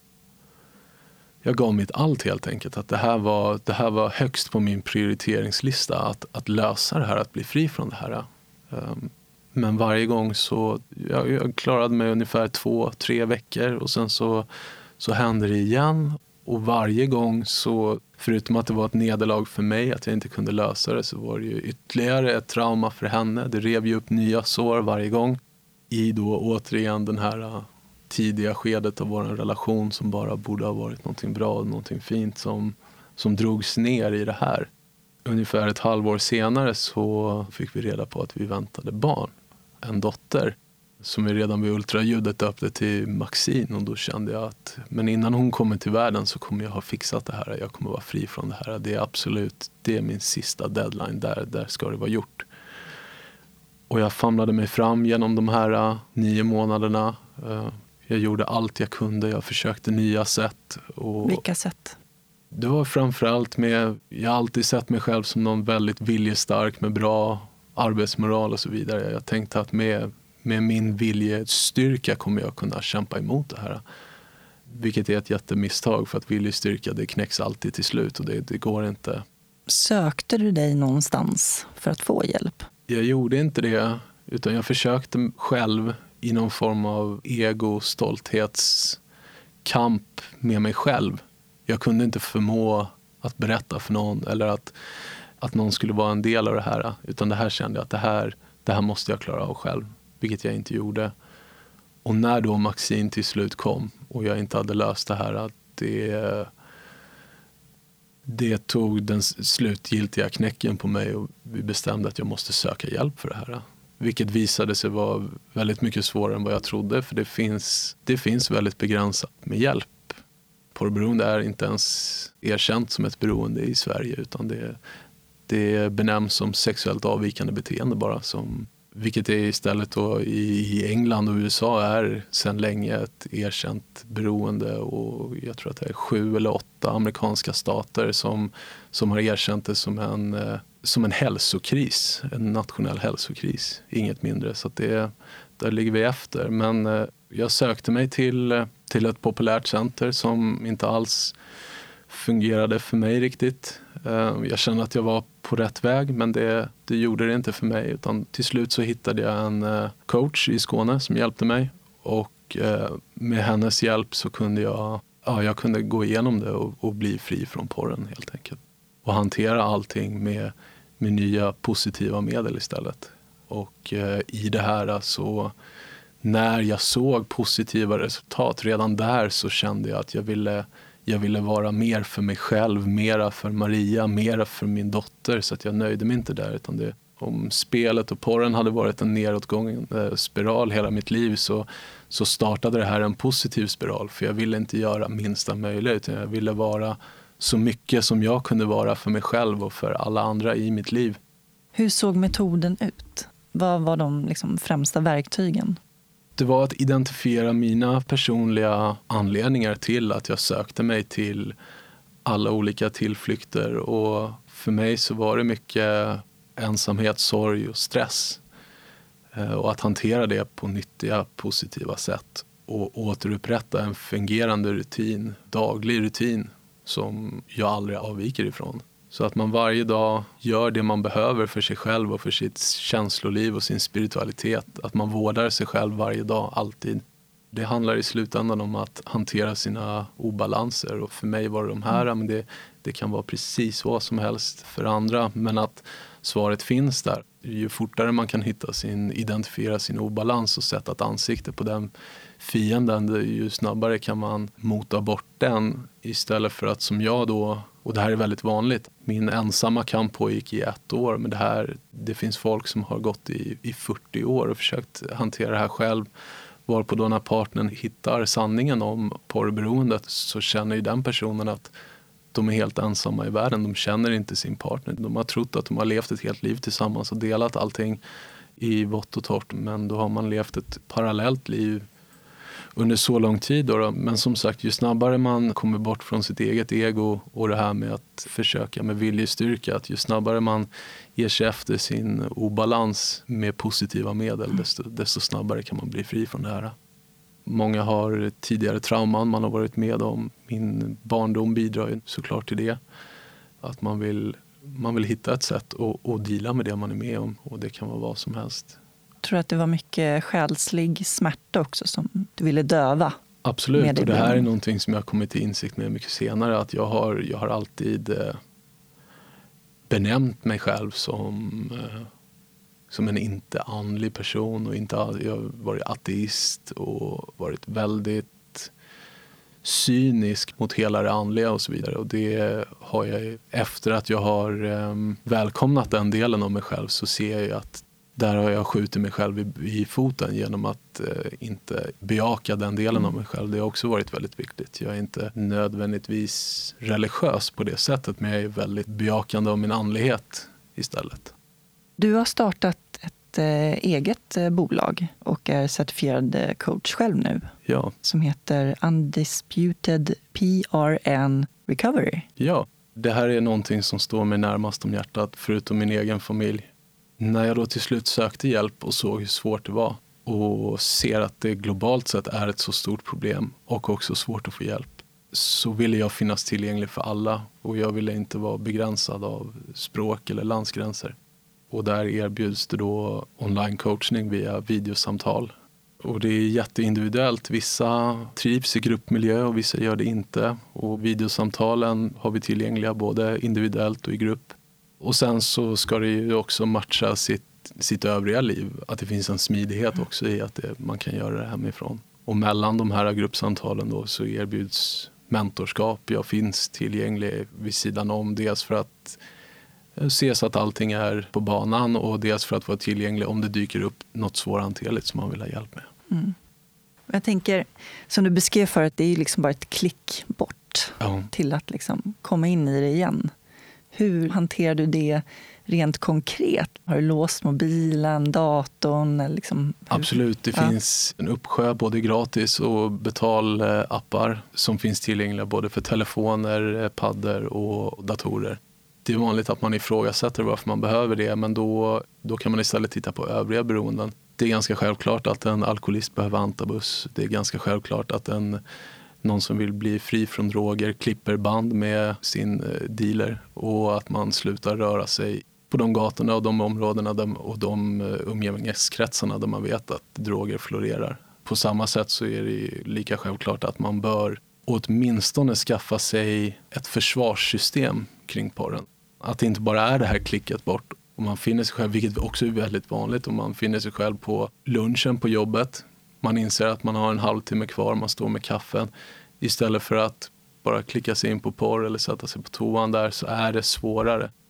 Jag gav mitt allt helt enkelt. Att det här var högst på min prioriteringslista. Att lösa det här, att bli fri från det här. Men varje gång så... Jag klarade mig ungefär 2-3 veckor och sen så hände det igen. Och varje gång så, förutom att det var ett nederlag för mig att jag inte kunde lösa det, så var det ju ytterligare ett trauma för henne. Det rev ju upp nya sår varje gång. I då återigen den här tidiga skedet av vår relation som bara borde ha varit någonting bra och någonting fint som drogs ner i det här. Ungefär ett halvår senare så fick vi reda på att vi väntade barn. En dotter. Som vi redan vid ultraljudet döpte till Maxine, och då kände jag att men innan hon kommer till världen så kommer jag ha fixat det här. Jag kommer vara fri från det här. Det är absolut, det är min sista deadline. Där ska det vara gjort. Och jag famlade mig fram genom de här 9 månaderna. Jag gjorde allt jag kunde. Jag försökte nya sätt. Vilka sätt? Det var framförallt jag har alltid sett mig själv som någon väldigt viljestark med bra arbetsmoral och så vidare. Jag tänkte att med min viljestyrka kommer jag kunna kämpa emot det här. Vilket är ett jättemisstag, för att viljestyrka, det knäcks alltid till slut och det går inte. Sökte du dig någonstans för att få hjälp? Jag gjorde inte det, utan jag försökte själv i någon form av ego-stolthetskamp med mig själv. Jag kunde inte förmå att berätta för någon eller att någon skulle vara en del av det här. Utan det här kände jag att det här måste jag klara av själv. Vilket jag inte gjorde. Och när då Maxine till slut kom och jag inte hade löst det här, att det tog den slutgiltiga knäcken på mig och vi bestämde att jag måste söka hjälp för det här. Vilket visade sig vara väldigt mycket svårare än vad jag trodde, för det finns väldigt begränsat med hjälp. Porrberoende är inte ens erkänt som ett beroende i Sverige, utan det benämns som sexuellt avvikande beteende bara, vilket är istället då i England och USA är sedan länge ett erkänt beroende, och jag tror att det är 7 eller 8 amerikanska stater som har erkänt det som en hälsokris, en nationell hälsokris, inget mindre. Så att där ligger vi efter. Men jag sökte mig till ett populärt center som inte alls fungerade för mig riktigt. Jag kände att jag var på rätt väg, men det gjorde det inte för mig. Utan till slut så hittade jag en coach i Skåne som hjälpte mig. Och med hennes hjälp så kunde jag kunde gå igenom det och bli fri från porren helt enkelt. Och hantera allting med nya positiva medel istället. Och i det här så när jag såg positiva resultat redan där, så kände jag att jag ville vara mer för mig själv, mera för Maria, mera för min dotter, så att jag nöjde mig inte där, utan Om spelet och porren hade varit en nedåtgående spiral hela mitt liv så startade det här en positiv spiral. För jag ville inte göra minsta möjligt, utan jag ville vara så mycket som jag kunde vara för mig själv och för alla andra i mitt liv. Hur såg metoden ut? Vad var de främsta verktygen? Det var att identifiera mina personliga anledningar till att jag sökte mig till alla olika tillflykter. Och för mig så var det mycket ensamhet, sorg och stress. Och att hantera det på nyttiga, positiva sätt. Och återupprätta en fungerande rutin, daglig rutin som jag aldrig avviker ifrån. Så att man varje dag gör det man behöver för sig själv och för sitt känsloliv och sin spiritualitet. Att man vårdar sig själv varje dag, alltid. Det handlar i slutändan om att hantera sina obalanser. Och för mig var det de här, men det kan vara precis vad som helst för andra. Men att svaret finns där. Ju fortare man kan identifiera sin obalans och sätta ett ansikte på den fienden, ju snabbare kan man mota bort den. Istället för att som jag då, och det här är väldigt vanligt, min ensamma kamp pågick i 1 år. Men det finns folk som har gått i 40 år och försökt hantera det här själv. Varpå då när partnern hittar sanningen om porrberoendet så känner ju den personen att de är helt ensamma i världen. De känner inte sin partner. De har trott att de har levt ett helt liv tillsammans och delat allting i vått och torrt. Men då har man levt ett parallellt liv under så lång tid. Men som sagt, ju snabbare man kommer bort från sitt eget ego och det här med att försöka med viljestyrka, att ju snabbare man ger sig efter sin obalans med positiva medel, desto snabbare kan man bli fri från det här. Många har tidigare trauman man har varit med om. Min barndom bidrar ju såklart till det. Att man vill hitta ett sätt att deala med det man är med om. Och det kan vara vad som helst. Jag tror att det var mycket själslig smärta också som du ville döva. Absolut, och det här är någonting som jag har kommit till insikt med mycket senare. Att jag har alltid benämnt mig själv som en inte andlig person. Och jag har varit ateist och varit väldigt cynisk mot hela det andliga och så vidare. Och det har jag, efter att jag har välkomnat den delen av mig själv, så ser jag att där har jag skjutit mig själv i foten genom att inte bejaka den delen av mig själv. Det har också varit väldigt viktigt. Jag är inte nödvändigtvis religiös på det sättet, men jag är väldigt bejakande av min andlighet istället. Du har startat ett eget bolag och är certifierad coach själv nu. Ja. Som heter Undisputed PRN Recovery. Ja, det här är någonting som står mig närmast om hjärtat, förutom min egen familj. När jag då till slut sökte hjälp och såg hur svårt det var och ser att det globalt sett är ett så stort problem och också svårt att få hjälp, så ville jag finnas tillgänglig för alla och jag ville inte vara begränsad av språk eller landsgränser. Och där erbjuds det då online-coachning via videosamtal. Och det är jätteindividuellt. Vissa trivs i gruppmiljö och vissa gör det inte. Och videosamtalen har vi tillgängliga både individuellt och i grupp. Och sen så ska det ju också matcha sitt övriga liv. Att det finns en smidighet också i att man kan göra det hemifrån. Och mellan de här gruppsamtalen då så erbjuds mentorskap. Jag finns tillgänglig vid sidan om, dels för att se så att allting är på banan och dels för att vara tillgänglig om det dyker upp något svårhanterligt som man vill ha hjälp med. Mm. Jag tänker, som du beskrev förut, det är ju bara ett klick bort till att komma in i det igen. Hur hanterar du det rent konkret? Har du låst mobilen, datorn? Eller Absolut, det finns en uppsjö både gratis och betalappar som finns tillgängliga både för telefoner, paddor och datorer. Det är vanligt att man ifrågasätter varför man behöver det, men då kan man istället titta på övriga beroenden. Det är ganska självklart att en alkoholist behöver antabus. Det är ganska självklart att någon som vill bli fri från droger klipper band med sin dealer och att man slutar röra sig på de gatorna och de områdena och de umgängeskretsarna där man vet att droger florerar. På samma sätt så är det lika självklart att man bör åtminstone skaffa sig ett försvarssystem kring porren. Att det inte bara är det här klicket bort. Och man finner sig själv, vilket också är väldigt vanligt, om man finner sig själv på lunchen på jobbet. Man inser att man har en halvtimme kvar, man står med kaffen. Istället för att bara klicka sig in på porr eller sätta sig på toan där, så är det svårare.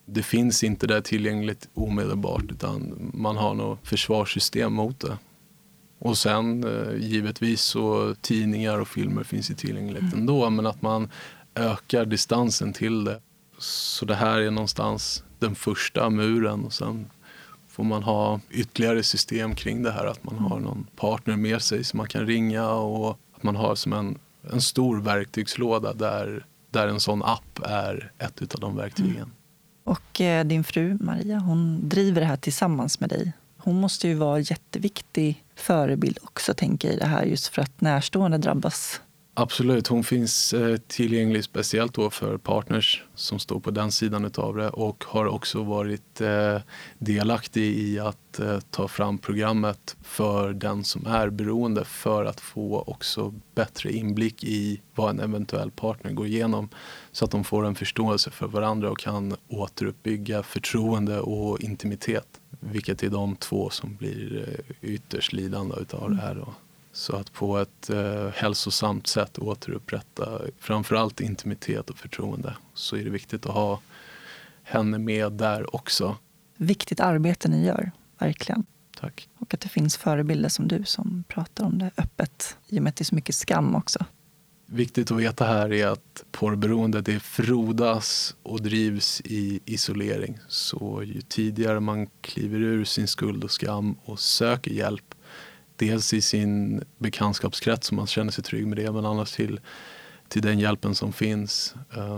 Det finns inte det tillgängligt omedelbart, utan man har något försvarssystem mot det. Och sen givetvis så tidningar och filmer finns ju tillgängligt ändå, men att man ökar distansen till det. Så det här är någonstans den första muren, och sen får man ha ytterligare system kring det här. Att man har någon partner med sig som man kan ringa, och att man har som en stor verktygslåda där en sån app är ett av de verktygen. Och din fru Maria, hon driver det här tillsammans med dig. Hon måste ju vara jätteviktig förebild också, tänker jag, i det här, just för att närstående drabbas. Absolut, hon finns tillgänglig speciellt då för partners som står på den sidan utav det, och har också varit delaktig i att ta fram programmet för den som är beroende, för att få också bättre inblick i vad en eventuell partner går igenom, så att de får en förståelse för varandra och kan återuppbygga förtroende och intimitet, vilket är de två som blir ytterst lidande utav det här då. Så att på ett hälsosamt sätt återupprätta framförallt intimitet och förtroende, så är det viktigt att ha henne med där också. Viktigt arbete ni gör, verkligen. Tack. Och att det finns förebilder som du som pratar om det öppet, i och med att det är så mycket skam också. Viktigt att veta här är att porrberoende, det frodas och drivs i isolering. Så ju tidigare man kliver ur sin skuld och skam och söker hjälp, dels i sin bekantskapskrets som man känner sig trygg med det, men annars till den hjälpen som finns,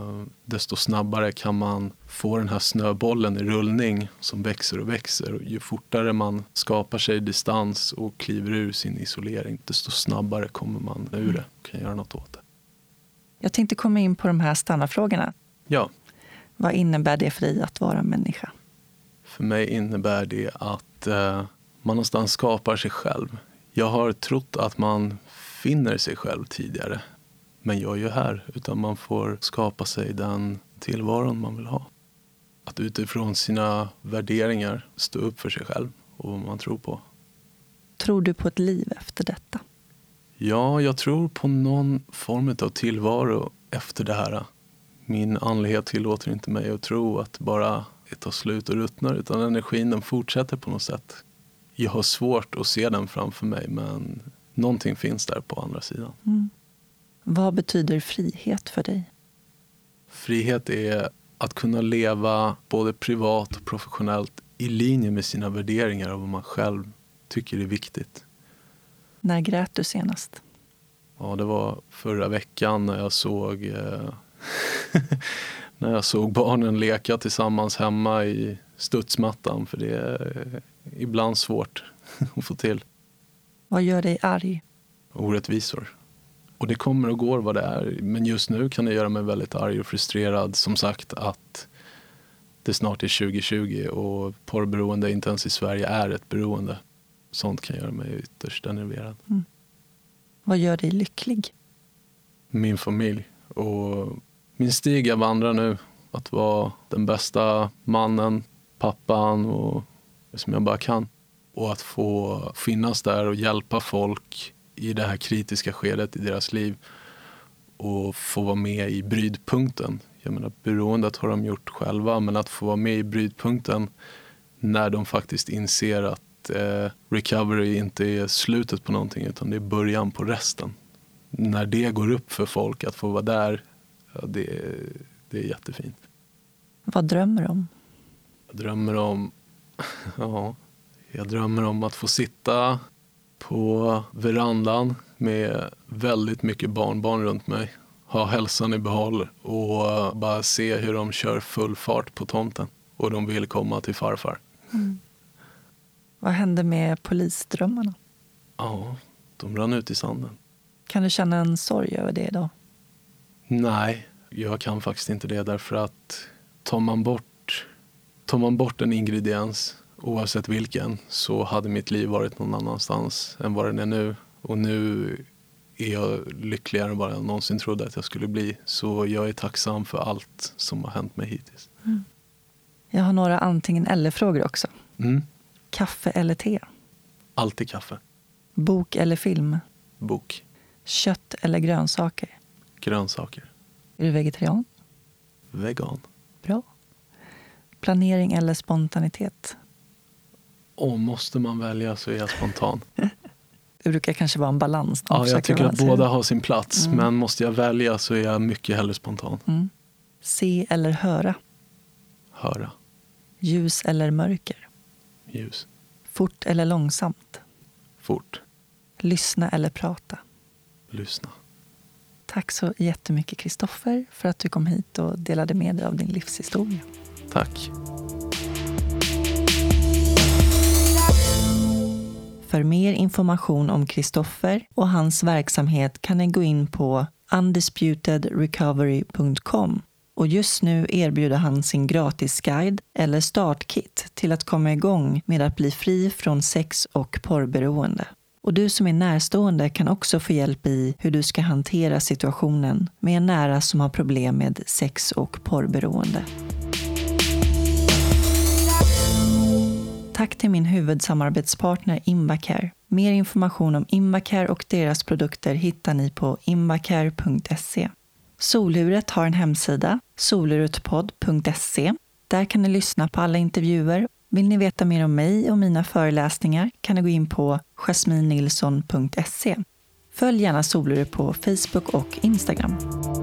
desto snabbare kan man få den här snöbollen i rullning som växer och växer. Och ju fortare man skapar sig distans och kliver ur sin isolering, desto snabbare kommer man ur det och kan göra något åt det. Jag tänkte komma in på de här standardfrågorna. Ja. Vad innebär det för dig att vara människa? För mig innebär det att man någonstans skapar sig själv. Jag har trott att man finner sig själv tidigare. Men jag är ju här, utan man får skapa sig den tillvaron man vill ha. Att utifrån sina värderingar stå upp för sig själv och vad man tror på. Tror du på ett liv efter detta? Ja, jag tror på någon form av tillvaro efter det här. Min andlighet tillåter inte mig att tro att bara det tar slut och ruttnar, utan energin den fortsätter på något sätt. Jag har svårt att se den framför mig, men någonting finns där på andra sidan. Vad betyder frihet för dig? Frihet är att kunna leva både privat och professionellt i linje med sina värderingar och vad man själv tycker är viktigt. När grät du senast? Ja, det var förra veckan när jag såg när jag såg barnen leka tillsammans hemma i studsmattan, för det är ibland svårt att få till. Vad gör dig arg? Orättvisor. Och det kommer och går vad det är. Men just nu kan det göra mig väldigt arg och frustrerad. Som sagt, att det snart är 2020 och porrberoende inte ens i Sverige är ett beroende. Sånt kan göra mig ytterst enerverad. Vad gör dig lycklig? Min familj och min stig jag vandrar nu. Att vara den bästa mannen, pappan och som jag bara kan. Och att få finnas där och hjälpa folk i det här kritiska skedet i deras liv. Och få vara med i brytpunkten. Jag menar, beroendet har de gjort själva, men att få vara med i brytpunkten när de faktiskt inser att recovery inte är slutet på någonting, utan det är början på resten. När det går upp för folk att få vara där, ja, det är jättefint. Vad drömmer du om? Jag drömmer om att få sitta på verandan med väldigt mycket barnbarn runt mig. Ha hälsan i behåll och bara se hur de kör full fart på tomten. Och de vill komma till farfar. Vad hände med polisdrömmarna? Ja, de rann ut i sanden. Kan du känna en sorg över det idag? Nej, jag kan faktiskt inte det, därför att tar man bort en ingrediens, oavsett vilken, så hade mitt liv varit någon annanstans än vad den är nu. Och nu är jag lyckligare än vad jag någonsin trodde att jag skulle bli. Så jag är tacksam för allt som har hänt mig hittills. Jag har några antingen eller-frågor också. Kaffe eller te? Alltid kaffe. Bok eller film? Bok. Kött eller grönsaker? Grönsaker. Är du vegetarian? Vegan. Bra. Planering eller spontanitet? Måste man välja så är jag spontan. Det brukar kanske vara en balans. Ja, jag tycker att båda har sin plats. Men måste jag välja så är jag mycket hellre spontan. Se eller höra? Höra. Ljus eller mörker? Ljus. Fort eller långsamt? Fort. Lyssna eller prata? Lyssna. Tack så jättemycket Kristoffer för att du kom hit och delade med dig av din livshistoria. Tack. För mer information om Kristoffer och hans verksamhet kan ni gå in på undisputedrecovery.com. Och just nu erbjuder han sin gratisguide eller startkit till att komma igång med att bli fri från sex- och porrberoende. Och du som är närstående kan också få hjälp i hur du ska hantera situationen med en nära som har problem med sex- och porrberoende. Tack till min huvudsamarbetspartner Invacare. Mer information om Invacare och deras produkter hittar ni på invacare.se. Soluret har en hemsida, solurutpodd.se. Där kan ni lyssna på alla intervjuer. Vill ni veta mer om mig och mina föreläsningar kan ni gå in på jasminnilsson.se. Följ gärna Soluret på Facebook och Instagram.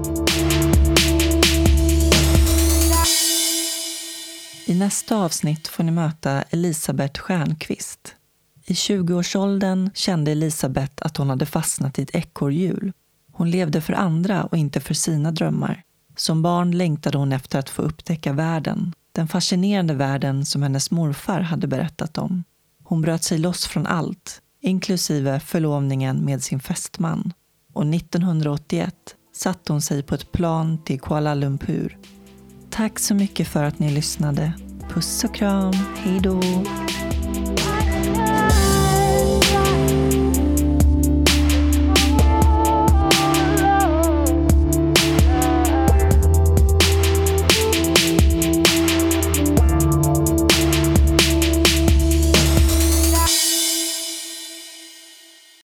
I nästa avsnitt får ni möta Elisabeth Stjernqvist. I 20-årsåldern kände Elisabeth att hon hade fastnat i ett ekorrhjul. Hon levde för andra och inte för sina drömmar. Som barn längtade hon efter att få upptäcka världen. Den fascinerande världen som hennes morfar hade berättat om. Hon bröt sig loss från allt, inklusive förlovningen med sin fästman. Och 1981 satte hon sig på ett plan till Kuala Lumpur. Tack så mycket för att ni lyssnade. Puss och kram, hej då!